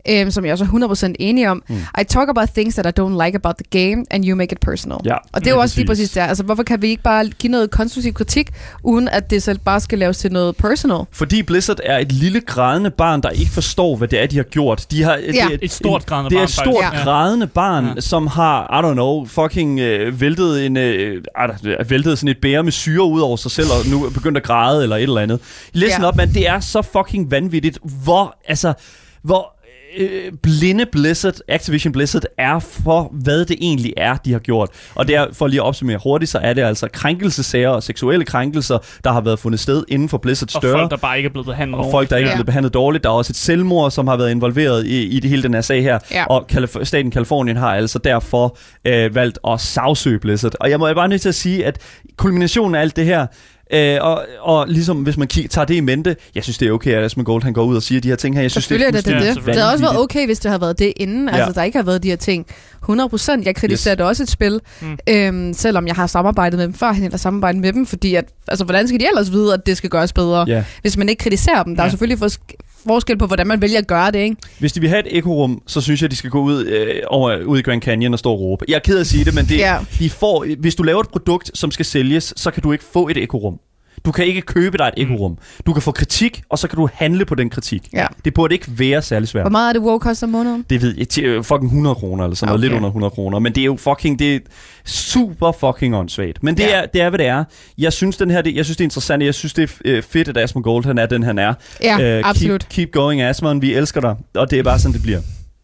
øhm, som jeg også er hundrede procent enig om. Mm. I talk about things that I don't like about the game, and you make it personal. Ja, og det er jo også lige præcis der. Altså, hvorfor kan vi ikke bare give noget konstruktiv kritik, uden at det selv bare skal laves til noget personal? Fordi Blizzard er et lille grædende barn, der ikke forstår, hvad det er, de har gjort. De har, ja. det er et, et stort grædende det barn. Det er et stort faktisk. grædende barn, ja. som har, I don't know, fucking øh, væltet, en, øh, væltet sådan et bære med syre ud over sig selv, og nu er begyndt at græde, eller et eller andet. Listen ja. op, man. Det er så fucking vanvittigt, hvor, altså, hvor øh, blinde Blizzard, Activision Blizzard, er for, hvad det egentlig er, de har gjort. Og det er, for lige at opsummere hurtigt, så er det altså krænkelsesager og seksuelle krænkelser, der har været fundet sted inden for Blizzards døre. Og folk, der bare ikke er blevet behandlet Og folk, der ikke ja. er blevet behandlet dårligt. Der er også et selvmord, som har været involveret i, i det hele den her sag her. Ja. Og Kalif- staten Kalifornien har altså derfor øh, valgt at sagsøge Blizzard. Og jeg må bare nødt til at sige, at kulminationen af alt det her, Øh, og, og ligesom hvis man k- tager det i mente, jeg synes det er okay, at Asmongold han går ud og siger de her ting her. Jeg synes det er, det, det, det. Ja, det havde også været okay, hvis det havde været det inden. Ja. Altså der ikke har været de her ting. hundrede procent. Jeg kritiserer yes. det også et spil, mm. øhm, selvom jeg har samarbejdet med dem førhen, eller samarbejdet med dem, fordi at, altså hvordan skal de ellers vide, at det skal gøres bedre, yeah. hvis man ikke kritiserer dem? Der ja. er selvfølgelig forsk- forskel på, hvordan man vælger at gøre det, ikke? Hvis de vil have et ekorum, så synes jeg, de skal gå ud, øh, over, ud i Grand Canyon og stå og råbe. Jeg er ked af at sige det, men det, yeah. de får, hvis du laver et produkt, som skal sælges, så kan du ikke få et ekorum. Du kan ikke købe dig et ekorum. Du kan få kritik, og så kan du handle på den kritik. Ja. Det burde ikke være særlig svært. Hvor meget er det WoW koster om måneden? Det ved jeg. Til fucking hundrede kroner eller sådan noget. Okay. Lidt under hundrede kroner. Men det er jo fucking, det er super fucking åndssvagt. Men det, ja. er, det er, hvad det er. Jeg synes, den her, det, jeg synes, det er interessant. Jeg synes, det er fedt, at Asmongold, han er den, han er. Ja, uh, absolut. Keep, keep going, Asmon. Vi elsker dig. Og det er bare sådan, det bliver.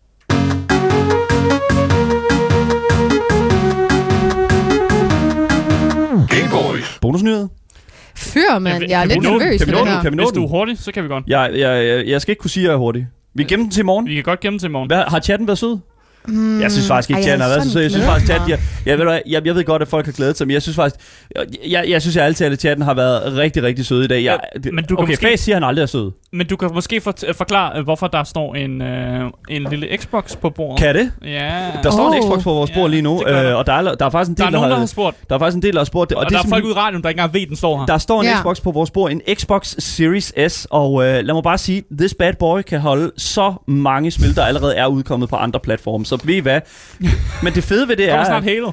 Gameboys. Bonusnyhed. Fyr, mand. Jeg er lidt nervøs for det her. Kan vi nå Hvis du er hurtig, så kan vi godt. Jeg, jeg, jeg, jeg skal ikke kunne sige, at jeg er hurtig. Vi gemmer den til i morgen. Vi kan godt gemme den til i morgen. Hvad, har chatten været sød? Mm, jeg synes faktisk ikke, chatten har været så sød. Jeg synes faktisk, at jeg, jeg, ved, jeg, jeg ved godt, at folk har glædet sig, men jeg synes faktisk, jeg, jeg, jeg synes, at alle talt, at chatten har været rigtig, rigtig sød i dag. Jeg, ja, men du okay, måske, Face siger, at han aldrig er sød. Men du kan måske for, forklare, hvorfor der står en, øh, en lille Xbox på bordet. Kan det? Ja. Der står oh. en Xbox på vores bord ja, lige nu, øh, og der er, der er faktisk en del, der er nogen, der, der har spurgt. Der er faktisk en del, der har spurgt. Og, og det der er folk ude i radioen, der ikke engang ved, den står her. Der står en ja. Xbox på vores bord, en Xbox Series S, og øh, lad mig bare sige, this bad boy kan holde så mange spil, der allerede er udkommet på andre platforme. Så ved I hvad? Men det fede ved det er... snart Halo.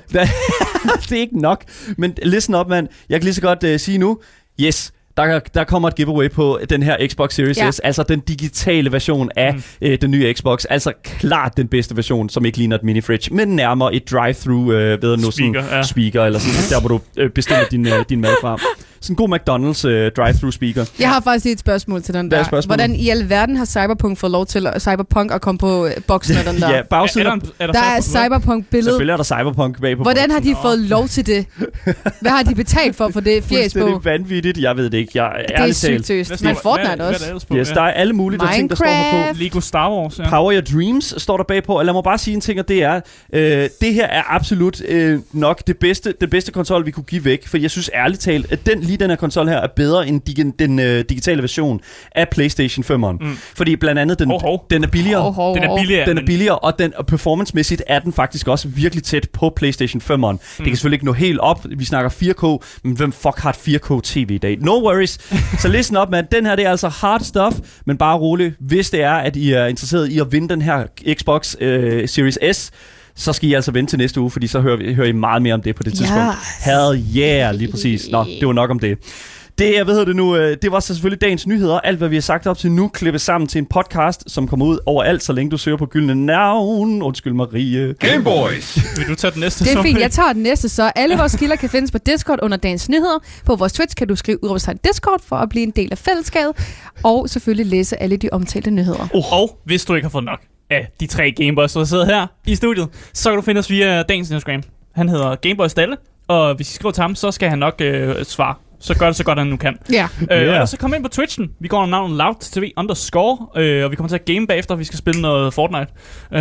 Det er ikke nok. Men listen up, mand. Jeg kan lige så godt uh, sige nu, yes, der, der kommer et giveaway på den her Xbox Series ja. S, altså den digitale version af mm. øh, den nye Xbox. Altså klart den bedste version, som ikke ligner et mini-fridge, men nærmere et drive-thru øh, ved nu, speaker, sådan, ja. speaker, eller sådan, der hvor du øh, bestiller din, øh, din mad fra. Sådan en god McDonald's øh, drive-thru speaker. Jeg har faktisk et spørgsmål til den der. Hvordan i alverden har Cyberpunk fået lov til Cyberpunk at komme på boksen af den der? Ja, bagsiden. Er, er der, er der, der er Cyberpunk-billedet. Selvfølgelig er der Cyberpunk bag på Hvordan boksen. har de fået lov til det? Hvad har de betalt for for det fjæs på? Det er vanvittigt. Jeg ved det ikke. Jeg, det er sygt tøst. Men Fortnite hvad, også. Hvad yes, der er alle mulige der ting, der står her på. Lego Star Wars. Ja. Power Your Dreams står der bagpå. Og lad mig bare sige en ting, og det er, øh, det her er absolut øh, nok det bedste, den bedste konsol, vi kunne give væk. For jeg synes ærligt talt, at den, lige den her konsol her er bedre end dig, den øh, digitale version af PlayStation femeren. Mm. Fordi blandt andet, den, ho, ho. den er billigere. Ho, ho, ho. Den er billigere. Den er billigere, og, den, og performance-mæssigt er den faktisk også virkelig tæt på PlayStation femeren. Mm. Det kan selvfølgelig ikke nå helt op. Vi snakker fire K, men hvem fuck har et fire K T V i dag? No worries. Så listen op, man. Den her, det er altså hard stuff, men bare rolig. Hvis det er, at I er interesseret i at vinde den her Xbox øh, Series S, så skal I altså vente til næste uge, fordi så hører, vi, hører I meget mere om det på det tidspunkt. Yes. Hell yeah, lige præcis. Nå, det var nok om det. Det, jeg ved det nu, det var så selvfølgelig dagens nyheder. Alt, hvad vi har sagt op til nu, klippes sammen til en podcast, som kommer ud overalt, så længe du søger på Gyldne Navn. Undskyld, Marie. Gameboys! Vil du tage den næste? Det er fint, jeg tager den næste så. Alle vores kilder kan findes på Discord under dagens nyheder. På vores Twitch kan du skrive udråbstegn Discord for at blive en del af fællesskabet. Og selvfølgelig læse alle de omtalte nyheder. Oh. Og hvis du ikke har fået nok af de tre Gameboys, der sidder her i studiet, så kan du finde os via dagens Instagram. Han hedder Gameboys Dalle, og hvis I skriver til ham, så skal han nok øh, svare. Så gør det så godt, han nu kan. Ja. Øh, yeah. Og så kom ind på Twitchen. Vi går under navnet LoudTV underscore, øh, og vi kommer til at game bagefter, vi skal spille noget Fortnite. ja,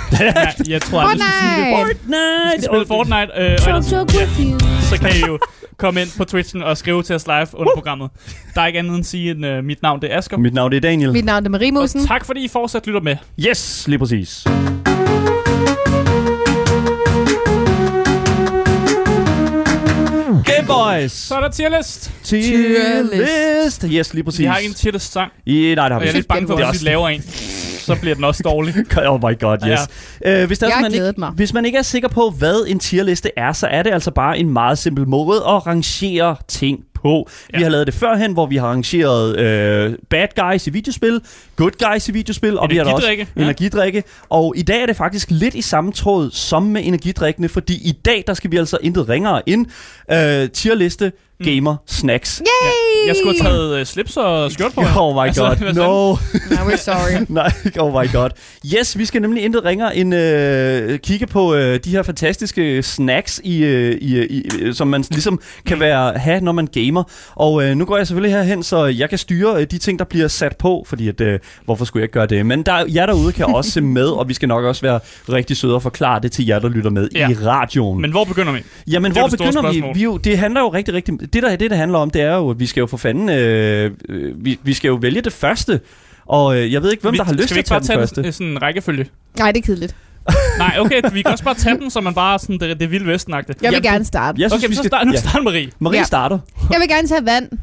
jeg tror, Fortnite! At vi skal spille Fortnite! Vi skal spille Fortnite, øh, og ellers, ja, så kan I jo komme ind på Twitchen og skrive til os live under programmet. Der er ikke andet end at sige, at uh, mit navn det er Asger. Mit navn det er Daniel. Mit navn det er Marie Musen. Og tak fordi I fortsat lytter med. Yes, lige præcis. Gameboys! Så er der tierlist. Tierlist. Yes, lige præcis. Vi har ikke en tierlist sang. I, nej, det har vi ikke. Jeg er lidt bange for, at vi laver en. så bliver den også dårlig. Oh my god, yes. Ja. Uh, hvis, der jeg er, man ikke, mig. hvis man ikke er sikker på, hvad en tierliste er, så er det altså bare en meget simpel måde at rangere ting på. Ja. Vi har lavet det førhen, hvor vi har rangeret øh, bad guys i videospil, good guys i videospil, og vi har også ja. energidrikke. Og i dag er det faktisk lidt i samme tråd som med energidrikkene, fordi i dag, der skal vi altså intet ringere end øh, tierliste, gamer, snacks. Yay! Ja, jeg skulle have taget uh, slips og skjort på. Oh my god, altså, no. No, we're sorry. Nej, oh my god. Yes, vi skal nemlig intet ringere end øh, kigge på øh, de her fantastiske snacks, i, øh, i, i, som man ligesom kan være, have, når man gamer. Og øh, nu går jeg selvfølgelig herhen, så jeg kan styre øh, de ting, der bliver sat på, fordi at, øh, hvorfor skulle jeg ikke gøre det? Men der, jer derude kan også se med, og vi skal nok også være rigtig søde og forklare det til jer, der lytter med ja. i radioen. Men hvor begynder vi? Jamen, hvor begynder vi? vi jo, det handler jo rigtig, rigtig... Det, der, det, der handler om, det er jo, at vi skal jo for fanden... Øh, vi, vi skal jo vælge det første. Og øh, jeg ved ikke, hvem vi, der har lyst til at tage den første. Skal vi ikke bare tage sådan en rækkefølge? Nej, det er kedeligt. Nej, okay, vi kan også bare tage den, så man bare sådan, det, det vilde vestenagte. Jeg vil ja, gerne starte. Jeg synes, okay, vi skal, så start, nu ja. starter Marie. Marie ja. starter. Jeg vil gerne tage vand.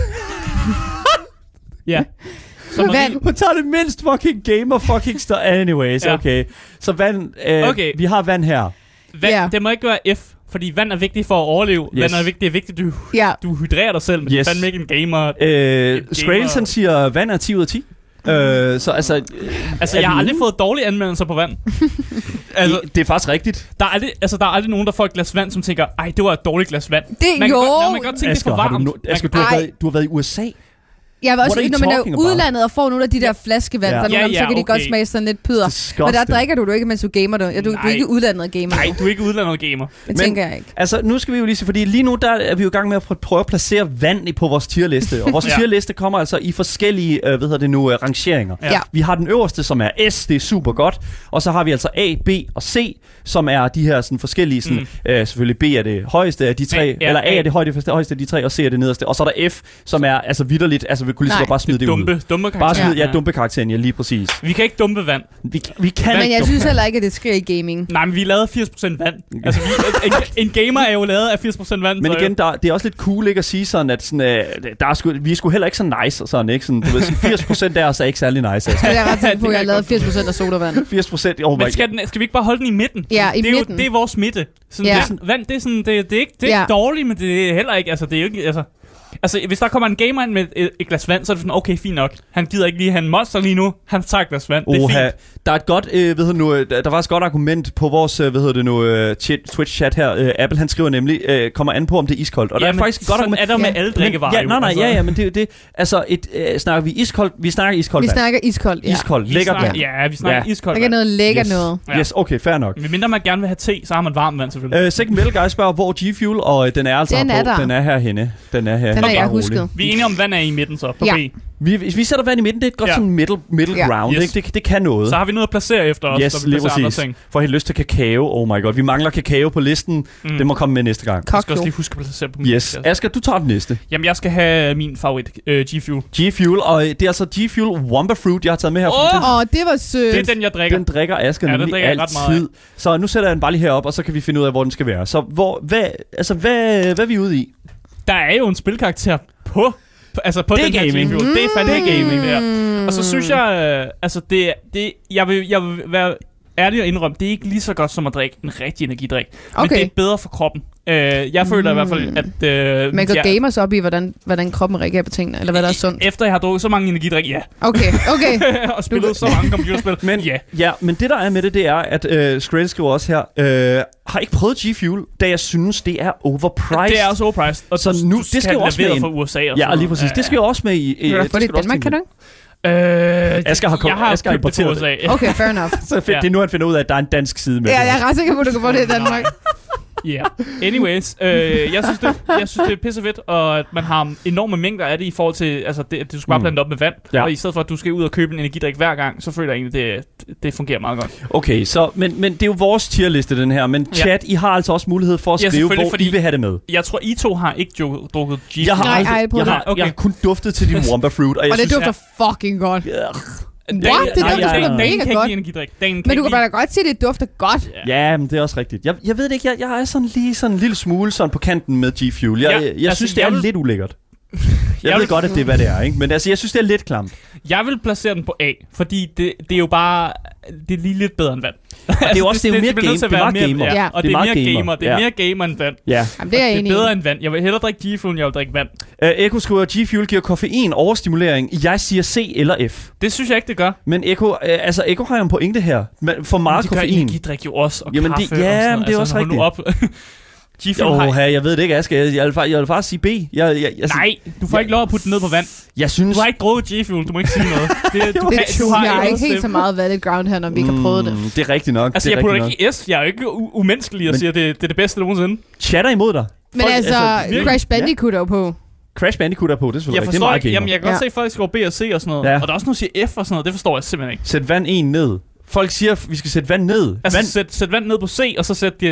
ja. Så Marie, vand. Hun tager det mindst fucking gamer fucking star. Anyways, ja. okay. Så vand, øh, okay. vi har vand her. Vand, yeah. Det må ikke være F. Fordi vand er vigtigt for at overleve. Yes. Vand er vigtigt, det er vigtigt, du, yeah. du hydrerer dig selv, men yes. fandme ikke en gamer. Øh, Scralson siger, vand er ti ud af ti. Mm. Øh, så altså... Altså, jeg har aldrig fået dårlige anmeldelser på vand. altså, det er faktisk rigtigt. Der er aldrig, altså, der er aldrig nogen, der får et glas vand, som tænker, ej, det var et dårligt glas vand. Det man jo. Kan godt, man kan godt tænke, Asger, det er for varmt. Du, no- Asger, du, har været, du har været i U S A. Jeg var også, når man er udlandet og får nogle af de der flaskevand, yeah. der ja, nogle ja, så kan de okay. godt smage sådan lidt pyder. Disgusting. Men der drikker du, du ikke, mens du gamer du. Ja, du, du er ikke udlandet gamer. Nej, du er ikke udlandet gamer. Det tænker jeg ikke. Altså, nu skal vi jo lige se, fordi lige nu der er vi jo i gang med at prøve at placere vand på vores tierliste. Og vores ja. tierliste kommer altså i forskellige, øh, hvad hedder det nu, rangeringer. Ja. Vi har den øverste, som er S, det er super godt. Og så har vi altså A, B og C, som er de her sådan forskellige, sådan, mm. øh, selvfølgelig B er det højeste af de tre, ja, eller A er det højeste af de tre, og C er det nederste. Og så er der F, som er altså vitterligt, altså vi kunne lige så bare smide det, det dumpe, ud. Dumpe bare smide, ja, ja dumpe karakteren, ja, lige præcis. Vi kan ikke dumpe vand. Vi, vi kan men jeg synes heller ikke, at det sker i gaming. Nej, men vi lavede firs procent vand. Altså, vi, en, en gamer er jo lavet af firs procent vand. Men igen, der, det er også lidt cool ikke at sige sådan, at sådan, øh, der er sgu, vi er sgu heller ikke så nice og sådan, ikke? Sådan, du ved, sådan firs procent der er så ikke særlig nice. Altså. Jeg er ret sikker på, at jeg har lavet firs procent af sodavand. firs procent, oh my. Men skal, den, skal vi ikke bare holde den i midten? Ja, i det er midten. Jo, det er vores midte. Sådan, ja. det er sådan, vand, det er sådan, det, det er ikke, det er ja. ikke dårligt, men det er heller ikke, altså, det er jo ikke, altså... Altså, hvis der kommer en gamer ind med et, et glas vand, så er det sådan, okay, fint nok. Han gider ikke lige have en monster lige nu. Han tager et glas vand. Det er Oha. fint. Der er et godt, øh, hvad hedder nu, der var et godt argument på vores, hvad hedder det nu, uh, Twitch-chat her. Uh, Apple, han skriver nemlig, uh, kommer an på, om det er iskoldt. Og ja, der er faktisk et godt argument. er der med ja. alle drikkevarer. Ja, nej, nej, altså. ja, ja, men det er det. Altså, et, uh, snakker vi iskoldt, vi snakker iskoldt Vi snakker iskoldt, ja. Iskoldt, lækkert vand. Ja, vi snakker ja. iskoldt. Der er noget lækkert yes. noget. Ja. Yes, okay, fair nok. Men mindre man gerne vil have te, så har man varmt vand selvfølgelig. Uh, Second Metal Guy spørger, hvor G-Fuel, og den er altså den her er på. Der. Den er herhenne. Den er her. Den er jeg husket. Vi er enige om, vand er i midten så, på ja. B. Vi, vi sætter vand i midten, det er et godt ja. sådan middle, middle ja. ground, yes. ikke? Det, det kan noget. Så har vi noget at placere efter os, yes, så vi placerer andre ting. For helt lyst til kakao, oh my god. Vi mangler kakao på listen, mm. det må komme med næste gang. Jeg skal også lige huske at placere på min yes. liste. Asger, du tager den næste. Jamen, jeg skal have min favorit, uh, G-Fuel. G-Fuel, og det er altså G-Fuel Wumpa Fruit, jeg har taget med her. Åh, oh, oh, det var sødt. Det er den, jeg drikker. Den drikker Asger ja, nemlig drikker altid. Ret meget så nu sætter jeg den bare lige herop, og så kan vi finde ud af, hvor den skal være. Så hvor, hvad, altså, hvad, hvad er vi ude i? Der er jo en spilkarakter på altså på det den her gaming. G-Fuel. Det er fandme mm. gaming, det her. Og så synes jeg, øh, altså det, det jeg, vil, jeg vil være ærlig og indrømme, det er ikke lige så godt som at drikke en rigtig energidrik. Okay. Men det er bedre for kroppen. Øh, jeg føler mm. i hvert fald, at... Øh, man går gamers op i, hvordan, hvordan kroppen reagerer på tingene, eller hvad der er sundt. Efter jeg har drukket så mange energidrik, ja. Okay, okay. og spillet så mange computerspil, men ja. Ja, men det der er med det, det er, at øh, Skrell skriver også her, øh, har ikke prøvet G-Fuel, da jeg synes, det er overpriced. Det er også overpriced. Og så nu, det skal jo også med fra U S A. Og ja, og lige præcis. Det skal jo også med i... Øh, det i Danmark, kan du ikke? Øh, Asger har, kom, jeg har Asger købt det på U S A. Okay, fair enough. Så fedt, ja. Det er nu, han finder ud af, at der er en dansk side med. Ja, jeg er ret sikker på, at du kan få det i Danmark. Ja. Yeah. Anyways, øh, jeg synes det, jeg synes det er pissefedt, og at man har enorme mængder af det i forhold til, altså det, du skal bare blande det op med vand, ja. Og i stedet for at du skal ud og købe en energidrik hver gang, så føler jeg egentlig det det fungerer meget godt. Okay, så men men det er jo vores tierliste den her, men chat, ja. I har altså også mulighed for at ja, skrive, hvor I vil have det med. Jeg tror I to har ikke drukket G. Jeg har Nej, aldrig, jeg, har, okay. jeg har kun duftet til din Wumpa Fruit, og jeg og det synes, dufter ja. fucking godt. Yeah. What? Det dufter mega godt. Men du kan bare godt sige, at det dufter godt. Ja, men det er også rigtigt. Jeg, jeg ved det ikke, jeg, jeg er sådan lige sådan en lille smule sådan på kanten med G-Fuel. Jeg, ja, jeg, jeg altså, synes, det er jeg vil... lidt ulækkert. Jeg Jeg, jeg ved vil... godt, at det er, hvad det er, ikke? Men altså, jeg synes, det er lidt klamt. Jeg vil placere den på A, fordi det, det er jo bare... Det er lige lidt bedre end vand. Og det er jo også det, det, det er mere game, det er meget gamer. Ja, ja. og det er, det er mere gamer. gamer. Det er ja. mere gamer end vand. Ja. Jamen, det er jeg enig i. Det er bedre end vand. Jeg vil hellere drikke G-Fuel, end jeg vil drikke vand. Uh, Echo skriver, G-Fuel giver koffein overstimulering. Jeg siger C eller F. Det synes jeg ikke, det gør. Men Echo, uh, altså, Echo har jo en pointe her. For meget de koffein. Det gør energidrik jo også, og Jamen, kaffe det, ja, og sådan men det er altså, også rigtigt. Op. Åh, oh, jeg ved det ikke, Aske. Jeg, jeg, jeg, jeg vil faktisk sige B. Jeg, jeg, jeg, Nej, du får jeg, ikke lov at putte den ned på vand. Jeg synes... Du har ikke drukket G-Fuel, du må ikke sige noget. Det, du, det, du, du har jeg er ikke helt stemme. så meget valid ground her, når vi ikke har prøvet det. Mm, det er rigtigt nok. Altså, det jeg putter nok. ikke i S. Jeg er jo ikke u- umenneskelig og men, siger, at det, det er det bedste nogensinde. Chatter imod dig. Men folk, altså, altså Crash Bandicoot er jo på. Crash Bandicoot er på, det er selvfølgelig jeg det er meget ikke, gamer. Jamen, jeg kan godt ja. se, at folk skriver B og C og sådan noget. Ja. Og der er også nogen, der siger F og sådan noget. Det forstår jeg simpelthen ikke. Sæt vand en ned. Folk siger, at vi skal sætte vand ned. Altså, vand... sæt, sæt vand ned på C, og så sæt uh, uh,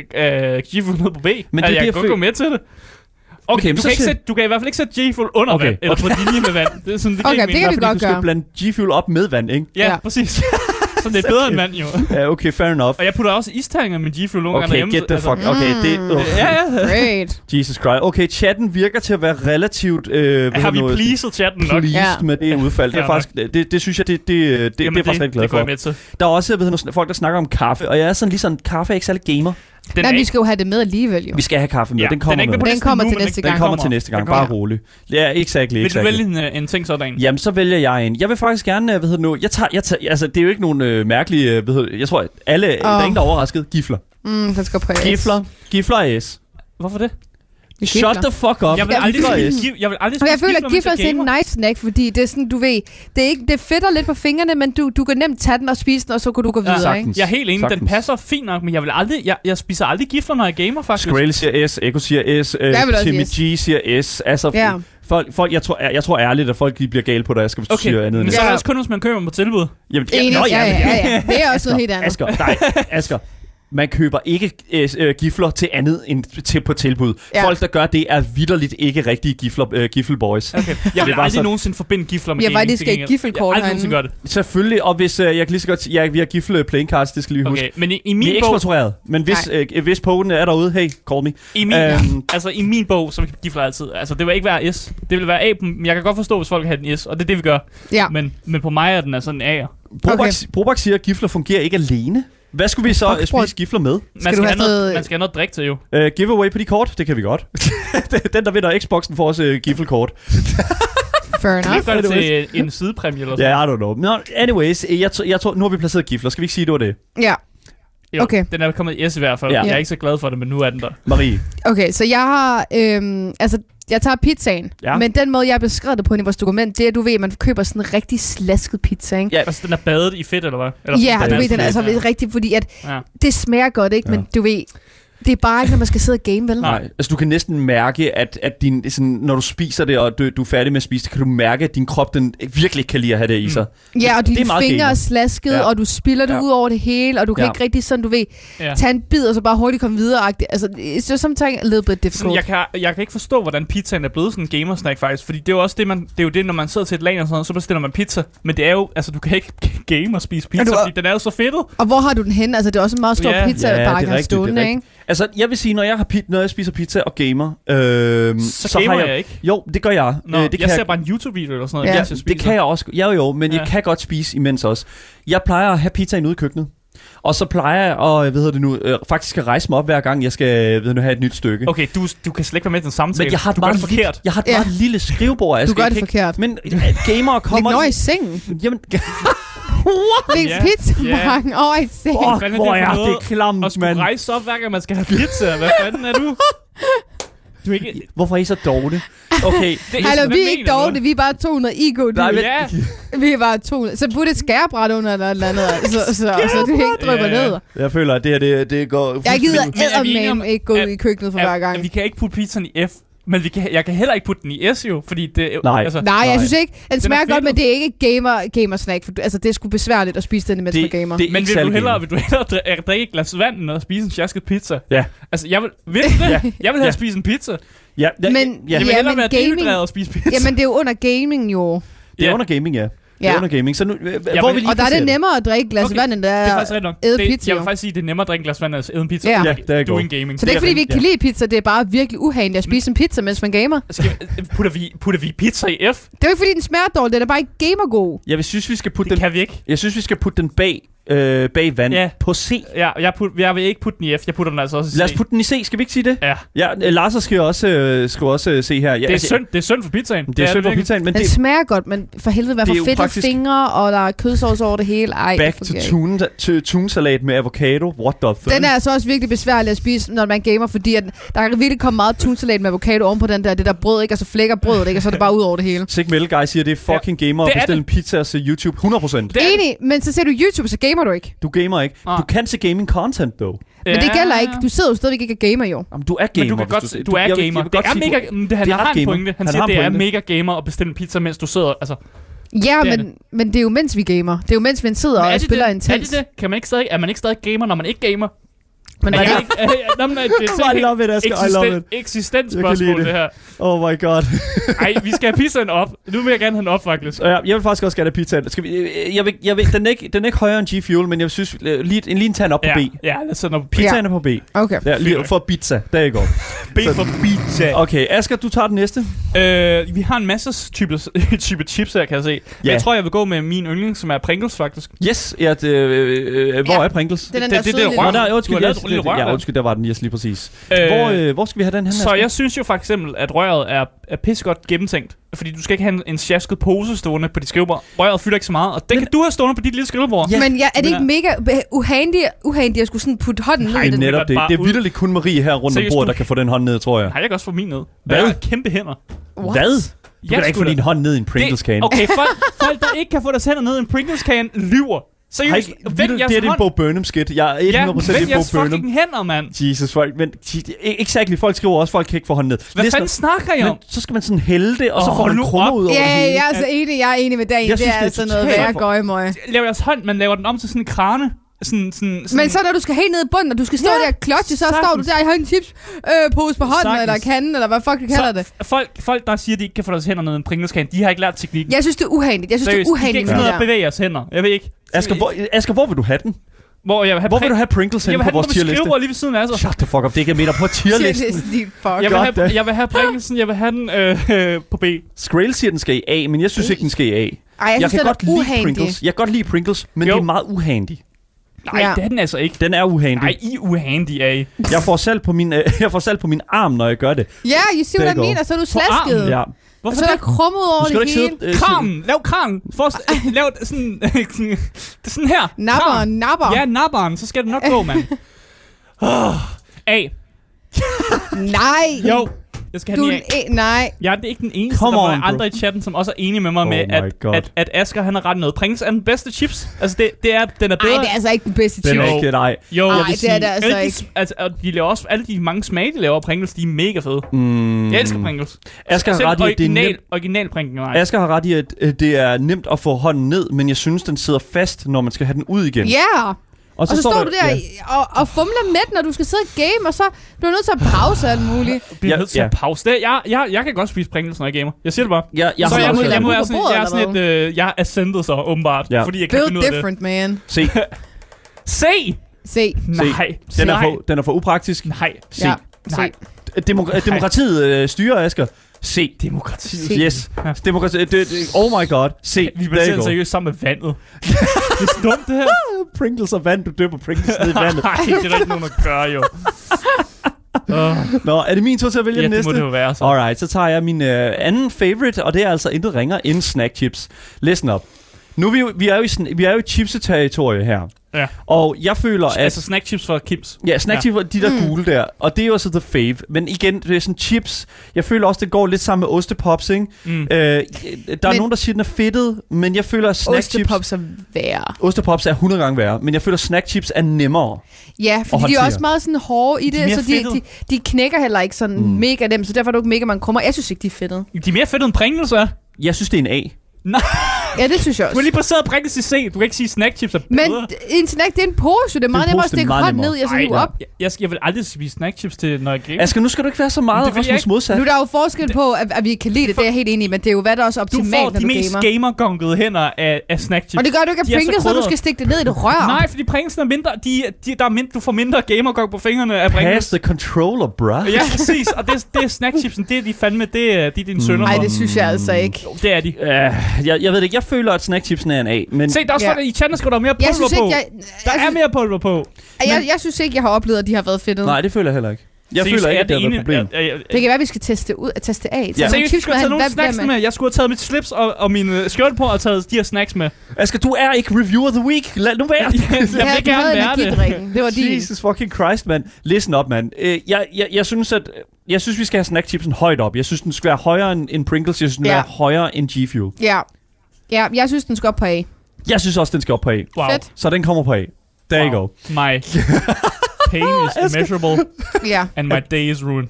G-Fuel ned på B. Men altså, det jeg kan godt fø... gå med til det. Okay, men du, kan ikke sætte, du kan i hvert fald ikke sætte G-Fuel under okay. vand, eller okay. på linje med vand. Det er sådan, det okay, det kan vi godt gøre. Du skal blande G-Fuel op med vand, ikke? Ja, ja. præcis. Så det er bedre end vand, jo. Ja, okay, fair enough. Og jeg putter også isterninger med G-Fuel nogle gange hjemme. Okay, get the fuck. Okay, det... Uh. Ja, ja. Great. Jesus Christ. Okay, chatten virker til at være relativt... Øh, har vi noget, pleased chatten nok? Pleased ja. med det udfald. Det, er faktisk, det, det synes jeg, det, det, det, det er jeg faktisk rigtig glad for. Det går jeg med til. Der er også ved noget, folk, der snakker om kaffe, og jeg er sådan lige sådan, kaffe er ikke særlig gamer. Den Nej, vi skal jo have det med alligevel, jo. Vi skal have kaffe med. Ja, den kommer, den med. Den kommer til næste gang. Den kommer til næste gang. Bare rolig. Ja, exactly. Vil du vælge en, en ting sådan? Jamen, så vælger jeg en. Jeg vil faktisk gerne, hvad hedder nu, jeg tager, jeg tager, altså, det er jo ikke nogen øh, mærkelige, hvad hedder, jeg tror, alle, oh. der er ingen, der er overrasket. Gifler. Mm, den skal på S. Gifler. Gifler er S. Hvorfor det? Shut the fuck up. Jeg vil aldrig spise jeg vil aldrig spise jeg føler, at gifler er en nice snack, fordi det er sådan, du ved, det er ikke det fedter lidt på fingrene, men du, du kan nemt tage den og spise den, og så kan du gå videre, ja, ikke? Jeg er helt enig, sagtens. Den passer fint nok, men jeg vil aldrig, jeg, jeg spiser aldrig gifler, når jeg gamer, faktisk. Skrale siger S, Echo siger S, øh, Timmy G siger S, altså... Ja. Folk, folk, jeg, tror, jeg, jeg tror ærligt, at folk bliver gale på dig, jeg skal okay. sige andet. Men så er det også kun, hvis man køber dem på tilbud. Jamen, ja, nå, ja, ja, ja, ja. Det er også noget helt andet. Asger, nej, Asger. Man køber ikke øh, gifler til andet end til på tilbud. Ja. Folk, der gør det, er vitterligt ikke rigtige gifler, øh, giffelboys. Okay. Jeg vil aldrig sådan... nogensinde forbinde gifler med gaming. Jeg faktisk ikke giffelkort herinde. Jeg aldrig det. Selvfølgelig, og hvis øh, jeg kan lige så godt... Ja, vi har gifle playing cards, det skal lige huske. Okay, men i, i min vi er bog... eksponeret, men hvis, øh, hvis poten er derude, hey, call me. I min, øhm, altså, i min bog, så gifler altid... Altså, det vil ikke være S. Det vil være A, men jeg kan godt forstå, hvis folk har den S, og det er det, vi gør. Ja. Men, men på mig er den altså en A'er. Brobak okay. siger, at gifler fungerer ikke alene. Hvad skulle vi så spise gifler med? Man skal, skal, have noget, man skal have noget drik til, jo. Uh, giveaway på de kort, det kan vi godt. Den, der vinder Xboxen, får også uh, giffelkort. Fair enough. Vi gør det til en sidepræmie eller sådan. Ja, yeah, I don't know. No, anyways, jeg, t- jeg tror, nu har vi placeret gifler. Skal vi ikke sige, det var det? Ja. Jo, okay. Den er kommet i S i hvert fald. Ja. Jeg er ikke så glad for det, men nu er den der. Marie. Okay, så jeg har... Øhm, altså, jeg tager pizzaen, ja. Men den måde, jeg har beskrevet det på i vores dokument, det er, at du ved, at man køber sådan en rigtig slasket pizza, ikke? Ja, altså den er badet i fedt, eller hvad? Eller ja, du ved, den er altså ja. rigtig, fordi at ja. det smager godt, ikke? Men ja. du ved... Det er bare ikke, når man skal sidde og game, vel? Nej, altså du kan næsten mærke, at, at din, sådan, når du spiser det, og du, du er færdig med at spise det, kan du mærke, at din krop den virkelig kan lide at have det i sig. Mm. Ja, og dine fingre er slasket, ja. og du spiller det ja. ud over det hele, og du kan ja. ikke rigtig sådan, du ved, ja. tage en bid, og så bare hurtigt komme videre. Altså, it's just sometimes a little bit difficult. Sådan, jeg, kan, jeg kan ikke forstå, hvordan pizzaen er blevet sådan en gamersnack faktisk, fordi det er jo også det, man, det er jo det, når man sidder til et lag og sådan noget, så bestiller man pizza. Men det er jo, altså du kan ikke game og spise pizza, du, fordi den er jo så fedtet. Og hvor har du den hen? Altså, det er også en meget stor ja. pizza-bakke ja, stående, ikke? Altså, jeg vil sige, når jeg har pit, når jeg spiser pizza og gamer, øh, så, så gamer har jeg, jeg ikke. Jo, det gør jeg. Nå, øh, det jeg kan ser jeg, bare en YouTube-video eller sådan noget. Ja, jeg det, det kan jeg også. Ja, jo, men ja. jeg kan godt spise imens også. Jeg plejer at have pizzaen ude i køkkenet. Og så plejer jeg at, hvad hedder det nu, øh, faktisk at rejse mig op hver gang, jeg skal ved nu, have et nyt stykke. Okay, du, du kan slet ikke være med i den samtale. Men jeg har du gør det forkert. Jeg har et ja. meget lille skrivebord. Jeg du gør det ikke, forkert. Men gamer kommer... Læg nøj i sengen. Jamen... What? Læg yeah. pizzabakken yeah. over i sengen. Fuck, hvor er det klamt, mand. Og skulle rejse op hver gang, man skal have pizza. Hvad fanden er du? Du er ikke... Hvorfor er I så dårlige? Okay. Hallo, vi er ikke dårlige, vi er bare to hundrede ego, du. Nej, men... ja. Vi er bare to hundrede. Så putte et skærebræt under eller et eller andet, så, så, så, så det ikke drypper yeah. ned. Jeg føler, at det her, det, det går... Jeg gider eddermame ikke gå ud i køkkenet for hver gang. Vi kan ikke putte pizzaen i F. Men vi kan, jeg kan heller ikke putte den i S jo, fordi det... Nej, altså, nej jeg nej. synes ikke... Den, den smager godt, men det er ikke gamer, gamer snack. For, altså, det er sgu besværligt at spise den imens med gamer. Det men vil du, hellere, vil du hellere drikke et glas vand, end at spise en sjasket pizza? Ja. Altså, jeg vil... Vil du det? Ja. Jeg vil hellere ja. spise en pizza. Ja, ja, men, ja. Jeg vil ja, hellere men være gaming, dehydreret og spise pizza. Jamen, det er jo under gaming jo. Det er ja. under gaming, ja. Det er under gaming. Så nu, øh, ja, hvor men, vi lige og der er det det? nemmere at drikke glas okay. vand, end der Det er er faktisk ret nok. æde Det, pizza. jeg vil faktisk sige, det er nemmere at drikke et glas vand, end at æde en pizza. Ja. Ja, det er Doing godt. gaming. Så det er ikke, fordi vi ikke kan Ja. lide pizza, det er bare virkelig uhandigt at spise en pizza, mens man gamer. Skal vi, putter, vi, putter vi pizza i F? Det er jo ikke, fordi den smager dårligt, den er bare ikke gamergod. Jeg synes, vi skal putte Det den, kan vi ikke. jeg synes, vi skal putte den bag, øh, bag vand Ja. på C. Ja, jeg, put, jeg vil ikke putte den i F, jeg putter den altså også i C. Lad os putte den i C. Skal vi ikke sige det? Ja. Ja, øh, Lars skal også, øh, skal også øh, se her. Ja, Det er, altså, synd, det er synd for pizzaen. Det er synd for virkelig. pizzaen, men Den det smager godt, men for helvede, hvad det er for jo fedtede faktisk- fingre, og der er kødsovs over det hele. Ej, back det to fungerer ikke. tune, to, tunesalat med avocado. What the fuck? Den er altså også virkelig besværlig at spise, når man gamer, fordi at der kan virkelig komme meget tunsalat med avocado oven på den der, det der brød, ikke? Og så flækker brødet, ikke? Og så er det bare ud over det hele. Sig Mel Guy siger, det er fucking gamer det at er bestille en pizza og se YouTube. hundrede procent. Det er- Enig, men så ser du YouTube, så gamer du ikke. Du gamer ikke. Ah. Du kan se gaming content, dog. Men det gælder ikke. Du sidder jo stadigvæk ikke og gamer, jo. Jamen, du er gamer. Men du kan hvis godt, se- du er jeg vil- jeg gamer. vil Det godt er sige, mega, du- det, han det er har ret en gamer. pointe. Han Han siger, har det en er pointe. mega gamer at bestille en pizza, mens du sidder. Altså, Ja, Det er men, det. men det er jo mens vi gamer. Det er jo mens vi sidder men er og det spiller det? intens. Er det det? Kan man ikke stadig, er man ikke stadig gamer, når man ikke gamer? Men Er var jeg det, ikke, er, jeg, nå, men det er I love it, Asger. I love it. eksisten, eksistens Jeg kan lide spørgsmål, det. det her. Oh my god. Ej, vi skal have pizzaen op. Nu vil jeg gerne have den op, faktisk. Ja, jeg vil faktisk også gerne have pizzaen. Skal vi, øh, jeg vil, jeg vil, den, er ikke, den er ikke højere end G-Fuel, men jeg synes øh, lige, en lige en tand op på Ja, B. ja, lad os sætte den op. Pizzaen er på B. okay. Ja, lige for pizza. Der er går. B for pizza. Okay, Asger, du tager den næste. Øh, vi har en masse type, type chips her, kan jeg se. Men Ja. jeg tror, jeg vil gå med min yndling, som er Pringles, faktisk. Yes, ja, det, øh, øh, hvor Ja. er Pringles? Det er den Det- der det- det er søde rør. lille- Nå, der, Du undskyld, har lavet yes, et lille det- rør ja, der. undskyld, der var den, yes, lige præcis. Øh, Hvor, øh, hvor skal vi have den her? Så jeg synes jo for eksempel, at røret er, er pissegodt gennemtænkt. Fordi du skal ikke have en, en sjasket pose stående på dit skrivebord. Røret fylder ikke så meget, og det Men- kan du have stående på dit lille skrivebord. Ja. Men ja, er det Men ikke mega uhandigt, uhandigt at skulle sådan putte hånden ned Nej, i Det er den? vil netop godt det. bare Det er ud. vitterligt kun Marie her rundt om Seriøst, bordet, du- der kan få den hånd ned, tror jeg. Nej, jeg kan også få min ned. Hvad? Jeg har kæmpe hænder. Hvad? Du kan da ikke få din hånd ned i en Pringles-can. Okay, folk, folk, der ikke kan få deres hænder ned i en Pringles-can, lyver. Har Seriøst, ikke, vend vitterligt, jeres det er din hånd. Bo Burnham-skit. Jeg er Ja, hundrede procent vend din Bo jeres Burnham. fucking hænder, mand. Jesus, folk. Men exactly, folk skriver også, folk kan ikke få hånden ned. Hvad Listen, fanden snakker I om? men så skal man sådan hælde det, og så Åh, får man nu krummer op. ud over Ja, det hele. jeg er altså enig, jeg er enig med Daniel. Jeg Det synes, er det er altså noget totalt værre for- gøjmøg. Laver jeres hånd, man laver den om til sådan en krane. Sådan, sådan, sådan. Men så når du skal helt ned i bunden, og du skal stå Ja, der og klotche, så står du sagtens. der, jeg har en chips øh, pose på hånden, Sagtens. eller kanden, eller hvad fuck du kalder det. så, folk, folk, der siger, at de ikke kan få deres hænder ned i en Pringles-can, de har ikke lært teknikken. Jeg synes, det er uhandigt. Jeg synes, Seriøst, det er I kan uhandigt ikke med finde ud det af at der. bevæge jeres hænder. Jeg ved ikke. Asger, hvor, Asger, hvor vil du have den? Hvor jeg vil have Hvor vil Pring- du have Pringles jeg henne vil på have vores den på tierliste? skrivebord lige ved siden af sig. Shut the fuck up, det er ikke meter på tierlisten. Fuck. Jeg vil, Godt da. have, jeg vil have Pringlesen, jeg vil have den øh, øh, på B. Skrill siger, den skal i A, men jeg synes ikke, den skal i A. Ej, jeg, Jeg synes, kan det godt er lide uhandigt. Pringles. Jeg kan godt lide Pringles, men Jo. det er meget uhandig. Nej, Ja. det er den altså ikke. Den er uhandig. Nej, I er uhandy af. Jeg får salg på min, øh, jeg får salg på min arm, når jeg gør det. Ja, I siger, hvad Der jeg går. mener, så er du På armen, slasket. Ja. Og Hvorfor så er der det? krummet Du over skal det ikke hele. sidde... øh, Kranen, lav kranen. Forst, lav sådan, det er sådan her. Napper, Kranen. napper. Ja, napperen, så skal det nok gå, mand. Oh, A. Nej. Jo, jeg skal have Du den er i A. en, nej. Jeg er ikke den eneste, Come der var on, bro. andre i chatten, som også er enige med mig Oh med, my at, God. at, at Asger, han har ret noget. Pringles er den bedste chips. Altså, det, det er, den er bedre. Nej, det er altså ikke den bedste Den chip. er Jo. ikke, nej. Jo, Ej, jeg vil det sige, er det altså alle de, ikke. Altså, og de laver også alle de mange smage, de laver af Pringles, de er mega fede. Mm. Jeg elsker Pringles. Asger har Selv ret i, at det er original, nemt. original Pringles, nej. Asger har ret i, at øh, det er nemt at få hånden ned, men jeg synes, den sidder fast, når man skal have den ud igen. Ja. Og så, og så står du der ja. og, og fumler med den, når du skal sidde og game, og så bliver du nødt til at pause alt muligt. bliver Ja, nødt til ja. at pause det. Jeg, jeg, jeg kan godt spise Pringles, når jeg gamer. Jeg siger det bare. Jeg, jeg Så har jeg, også må, jeg, må, på jeg, er sådan, bordet, jeg er sådan eller et, øh, jeg er ascended så, åbenbart. Ja. Fordi jeg kan Build finde ud af det. different, man. Se, Se! Se. Nej. den er, Nej. for, den er for upraktisk. Nej. Se. Ja. Nej. Demo- demokratiet øh, styrer, Asger. Se. Demokratiet. Se. Yes. Demokratiet. Det, det, oh my god. Se. Vi Der bliver I sendt går. seriøst sammen med vandet. det er dumt, det her. Pringles og vand. Du døber Pringles ned i vandet. Nej, det er der ikke nogen, der gør, jo. Uh, Nå, er det min tur til at vælge ja, den det næste? må det jo være, så. Alright, så tager jeg min øh, anden favorite, og det er altså intet ringer end snack chips. Listen up. Nu er vi, jo, vi er jo i, sn- vi er jo i chips-territorie her. Ja. Og jeg føler, at... Altså snack chips fra Kims. Ja, snack chips, de der Mm. gule der. Og det er jo så the fave. Men igen, det er sådan chips. Jeg føler også, det går lidt sammen med ostepops, ikke? Mm. Øh, der er Men- nogen, der siger, den er fedtet, men jeg føler, at snack chips... Ostepops er værre. Ostepops er hundrede gange værre, men jeg føler, at snack chips er nemmere. Ja, fordi de er håndtere. også meget sådan hårde i De er det, mere så de, fedtede. de, de knækker heller ikke sådan Mm. mm. mega dem, så derfor er du ikke mega mange krummer. Jeg synes ikke, de er fedtede. De er mere fedte end Pringles, er. Jeg synes, det er en A. Nej. Ja, det synes jeg også. Du har lige placeret Pringles i C. Du kan ikke sige snackchips er bedre. Men en snack, det er en pose. Det er meget nemmere at stikke hånden ned i og så hive op. Jeg, jeg, jeg vil aldrig spise snackchips til, når jeg gamer. Asger, nu skal du ikke være så meget Rasmus modsat. Nu er der jo forskel på, at, at vi kan lide det, det er jeg helt enig i, men det er jo, hvad der er også optimalt, når du gamer. Du får de mest gamer-gongede hænder af, af snackchips. Og det gør du ikke af Pringles, når du skal stikke det ned i det rør. Nej, fordi Pringles er mindre, de, de, der er mind, du får mindre gamer-gong på fingrene af Pringles. Pass the controller, bruh. Ja, præcis. Og det, det er snackchipsen, det er de fandme, det er, de er dine sønner. Nej, det synes jeg altså ikke. Jo, det er de. Uh, jeg, jeg ved det ikke, jeg føler, at snackchipsen er en A. Men se, der er også ja. for, i chatten skal der mere pulver jeg synes på. Ikke, jeg, der jeg er synes, mere pulver på. Jeg, jeg, jeg synes ikke, jeg har oplevet, at de har været fedtet. Nej, det føler jeg heller ikke. Jeg så føler ikke, at at det er et problem. Ja, ja, ja. Det kan være, at vi skal teste ud, teste af. Ja. Så jeg skulle have taget nogle snacks med. med. Jeg skulle have taget mit slips og, og min uh, skjorte på og taget de her snacks med. Asger, du er ikke review of the week. Lad nu være. jeg jeg vil gerne være det. Det var din. Jesus fucking Christ, man. Listen up, man. Uh, jeg, jeg, jeg synes, at jeg synes, vi skal have snackchipsen højt op. Jeg synes, den skal være højere end, end Pringles. Jeg synes, den skal ja. være højere end G-Fuel. Ja. Ja, jeg synes, den skal op på A. Jeg synes også, den skal op på A. Wow. Fedt. Så den kommer på A. There wow. you go. My pain is immeasurable. Ja. And my day is ruined.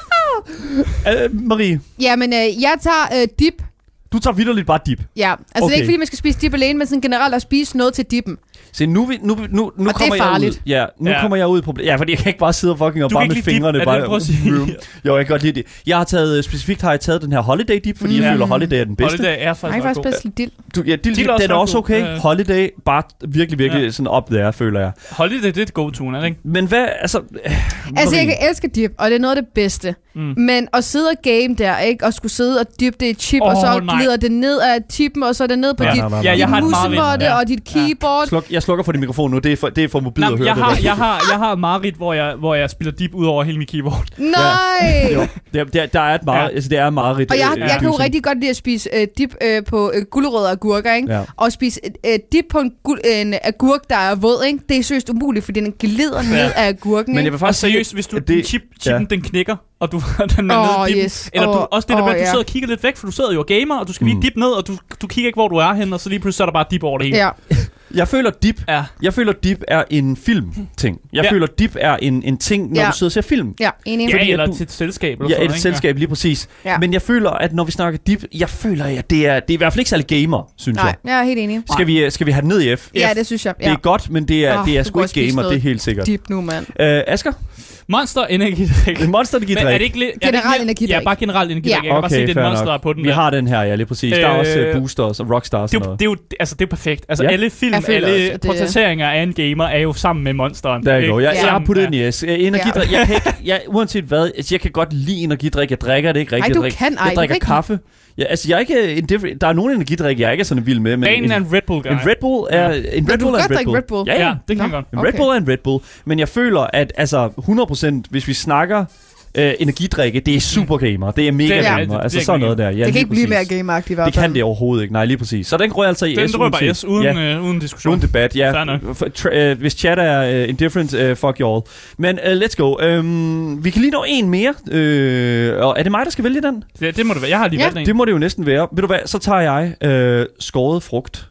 uh, Marie. Ja, men øh, jeg tager øh, dip. Du tager vitterligt bare dip. Ja, altså okay. Det er ikke fordi, man skal spise dip alene, men sådan generelt at spise noget til dippen. Se, nu, vi, nu, nu, nu kommer jeg ud. Ja, nu ja. kommer jeg ud i problem. Ja, fordi jeg kan ikke bare sidde og fucking og bare med fingrene. Dip, bare, room. Jo, jeg kan godt lide det. Jeg har taget, specifikt har jeg taget den her Holiday dip, fordi mm. jeg føler, Holiday er den bedste. Holiday er faktisk Nej, faktisk bedst dild. Du, ja, dild, dild den er også okay. Ja. Holiday, bare virkelig, virkelig ja. sådan op der, føler jeg. Holiday, det er et god tune, er det ikke? Men hvad, altså... Altså, jeg kan elske dip, og det er noget af det bedste. Mm. Men at sidde og game der, ikke? Og skulle sidde og dyppe det i chip, oh, og så nej. glider det ned af tippen, og så er det ned på ja, dit, nej, nej, nej. dit ja, musemåtte ja. og dit keyboard. Ja. Sluk, jeg slukker for din mikrofon nu, det er for, det er for mobilt at høre jeg det har, der. Jeg har, jeg har Marit, hvor jeg, hvor jeg spiller dip ud over hele mit keyboard. Nej! Ja. Jo, der, der, der er et meget, ja. altså det er Marit. Og jeg, øh, jeg kan jo rigtig godt lide at spise øh, dip øh, på øh, gulerødder og agurker, ikke? Ja. Og spise øh, dip på en, gul, øh, en agurk, der er våd, ikke? Det er seriøst umuligt, fordi den glider ned ja. af agurken, men jeg vil faktisk seriøst, hvis du det, chip, chippen ja. den knækker, og du den er oh, nede i yes. eller du, oh, også det der med, oh, at du yeah. sidder og kigger lidt væk, for du sidder jo og gamer, og du skal lige mm. dip ned, og du, du kigger ikke, hvor du er henne, og så lige pludselig så er der bare dip over det hele. Ja. Jeg føler, dip, ja. jeg føler, dip er en film-ting. Jeg ja. føler, dip er en, en ting, når ja. du sidder og ser film. Ja, enig. Ja, eller du, til et selskab. Eller ja, sådan, et selskab, lige præcis. Ja. Men jeg føler, at når vi snakker dip, jeg føler, at det er, det er i hvert fald ikke særlig gamer, synes Nej, jeg. Nej, jeg er helt enig. Skal vi, skal vi have den ned i F? Ja, det synes jeg. Ja. Det er godt, men det er, oh, det er sgu ikke gamer, det er helt sikkert. Dip nu, mand. Uh, Asger? Monster energidrik. Monster energidrik. Men er det ikke lidt... Generelt energidrik. Ja, bare generelt energidrik. Ja. Jeg kan okay, bare se, det er Monster nok. på den. Vi har den her, ja, lige præcis. Øh, der er også uh, boosters og rockstars og noget. Det er jo, altså, det er jo perfekt. Altså, ja. alle film, alle også, portrætteringer af en gamer er jo sammen med Monsteren. Der er jo. Jeg, ja. jeg har puttet den i S. Energidrik, jeg kan ikke... Jeg, uanset hvad, jeg kan godt lide energidrik. Jeg drikker det ikke rigtigt. Ej, du kan ej. Jeg drikker kaffe. Ja, altså, jeg er ikke en der er nogle energidrik, jeg ikke er sådan vild med. Men en, en Red Bull guy. En Red Bull er en Red Bull er en Red Bull. Red Bull. Ja, ja, det kan jeg godt. En Red Bull er en Red Bull. Men jeg føler, at altså hundrede procent, hvis vi snakker øh, energidrikke, det er super gamer. Det er mega det, gamer. Ja, altså sådan noget der. Ja, det kan ikke blive mere gameagtigt i hvert fald. Det kan det overhovedet ikke. Nej, lige præcis. Så den går altså i den S. Den røber bare S uden, ja. øh, uden diskussion. Uden debat, ja. Hvis chat er uh, indifferent, uh, fuck you all. Men uh, let's go. Um, vi kan lige nå en mere. Uh, og er det mig, der skal vælge den? Det, det må det være. Jeg har lige ja. valgt en. Det må det jo næsten være. Ved du hvad, så tager jeg uh, skåret frugt.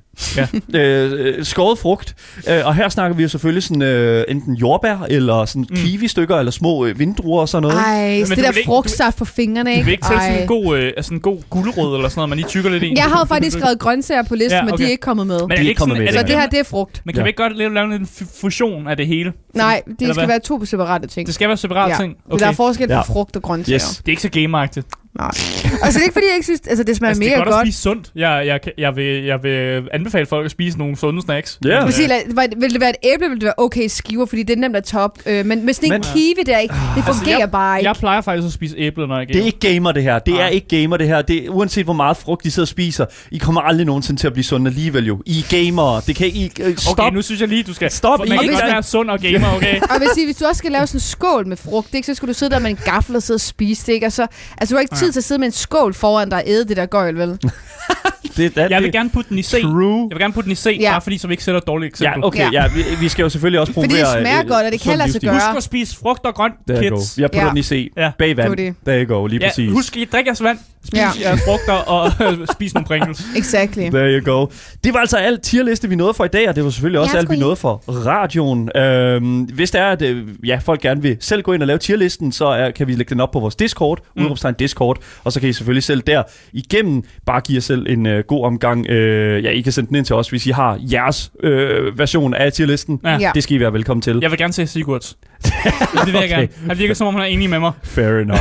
Ja. øh, skåret frugt. Øh, og her snakker vi jo selvfølgelig sådan øh, enten jordbær eller sådan mm. kiwi-stykker eller små øh, vindruer og sådan noget. Ej, så det der frugtsaft på fingrene, ikke? Du vil ikke tage sådan en god, øh, sådan en god gulerod eller sådan noget, man lige tykker lidt i. Jeg havde faktisk skrevet grøntsager på listen, ja, okay. men de er ikke kommet med. Men er det ikke sådan, med. Så det her, det er frugt. Men kan ja. vi ikke godt lave, lave en fusion af det hele? Nej, det skal være to separate ting. Det skal være separate ja. ting? Okay. Der er forskel på ja. frugt og grøntsager. Yes. Det er ikke så gameagtigt. Nej. Altså det er ikke fordi jeg ikke synes, altså det smager altså, mega godt. Det er godt at spise sundt. Jeg, jeg, jeg, vil, jeg vil anbefale folk at spise nogle sunde snacks. Ja. Yeah. Sige, vil det være et æble, vil det være okay skiver, fordi det er nemt at top. Øh, men med sådan en kiwi der ikke, det fungerer altså, jeg, bare ikke. Jeg plejer faktisk at spise æble, når jeg gamer. Det er ikke gamer det her. Det ah. er ikke gamer det her. Det er, uanset hvor meget frugt de sidder og spiser, I kommer aldrig nogensinde til at blive sunde alligevel jo. I er gamere. Det kan I uh, stop. Okay, nu synes jeg lige du skal. Stop. Man kan ikke være sund og gamer, okay? Og hvis, hvis du også skal lave sådan en skål med frugt, ikke, så skal du sidde der med en gaffel og sidde og spise det, ikke? Og så, altså du har ikke tid til at sidde med en skål foran dig og æde det der gøjl, vel? det, that, jeg vil gerne putte den i C. True. Jeg vil gerne putte den i C, ja. bare fordi så vi ikke sætter et dårligt eksempel. Ja, okay, ja. Ja, vi, vi skal jo selvfølgelig også promovere. Fordi det smager øh, godt, og det kan lade sig gøre. Husk at spise frugt og grønt, kids. Jeg putter ja. den i C. Ja. Bag vand. Der you go, lige ja, præcis. Husk at drikke jeres vand, spis ja. jeres frugter og spis nogle Pringles. Exactly. There you go. Det var altså alt tierliste, vi nåede for i dag, og det var selvfølgelig også ja, alt, vi nåede for radioen. Øhm, hvis det er, at ja, folk gerne vil selv gå ind og lave tierlisten, så er, kan vi lægge den op på vores Discord, mm. udråbstegn Discord, og så kan I selvfølgelig selv der igennem bare give jer selv en uh, god omgang. Øh, ja, I kan sende den ind til os, hvis I har jeres øh, version af tierlisten. Ja. Ja. Det skal I være velkommen til. Jeg vil gerne se Sigurds. Det vil jeg Okay. gerne. Han virker som om, han er enig med mig. Fair enough.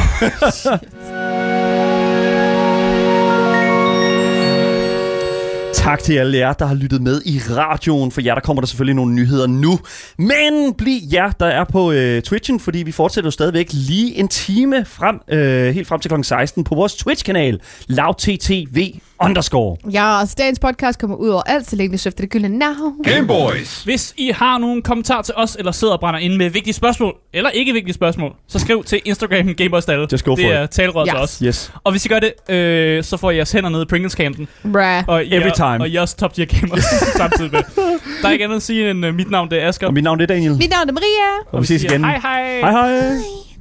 Tak til alle jer, der har lyttet med i radioen. For jer, der kommer der selvfølgelig nogle nyheder nu. Men bliv jer, der er på øh, Twitchen, fordi vi fortsætter jo stadigvæk lige en time frem, øh, helt frem til klokken seksten på vores Twitch-kanal, LoudTTV underscore. Ja, og dagens podcast kommer ud over alt, så længe det søfter det gyldne navn. Gameboys! Hvis I har nogle kommentarer til os, eller sidder og brænder inde med vigtige spørgsmål, eller ikke vigtige spørgsmål, så skriv til Instagram Gameboys-dalle. Just go for det er it. talerøret til Yes. os. Yes. Og hvis I gør det, øh, så får I jeres hænder nede i Pringles-kanten. Bruh. Og I Every er, time. Og I er også top tier gamers samtidig med. Der er ikke andet at sige end uh, mit navn, det er Asger. Og mit navn det er Daniel. Mit navn er Maria. Og vi ses siger igen. Hej hej. Hej hej.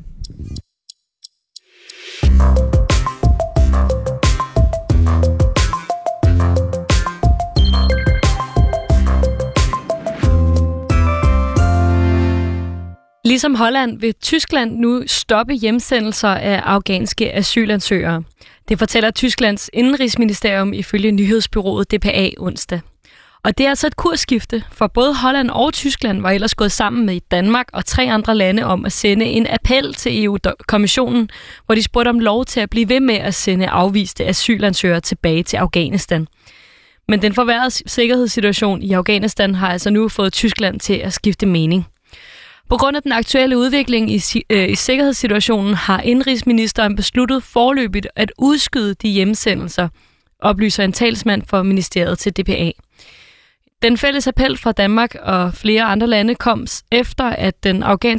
Ligesom Holland vil Tyskland nu stoppe hjemsendelser af afghanske asylansøgere. Det fortæller Tysklands indrigsministerium ifølge nyhedsbyrået D P A onsdag. Og det er altså et kursskifte, for både Holland og Tyskland var ellers gået sammen med Danmark og tre andre lande om at sende en appel til E U-kommissionen, hvor de spurgte om lov til at blive ved med at sende afviste asylansøgere tilbage til Afghanistan. Men den forværrede sikkerhedssituation i Afghanistan har altså nu fået Tyskland til at skifte mening. På grund af den aktuelle udvikling i, øh, i sikkerhedssituationen har indrigsministeren besluttet forløbigt at udskyde de hjemsendelser, oplyser en talsmand for ministeriet til D P A. Den fælles appel fra Danmark og flere andre lande kom efter, at den afghanske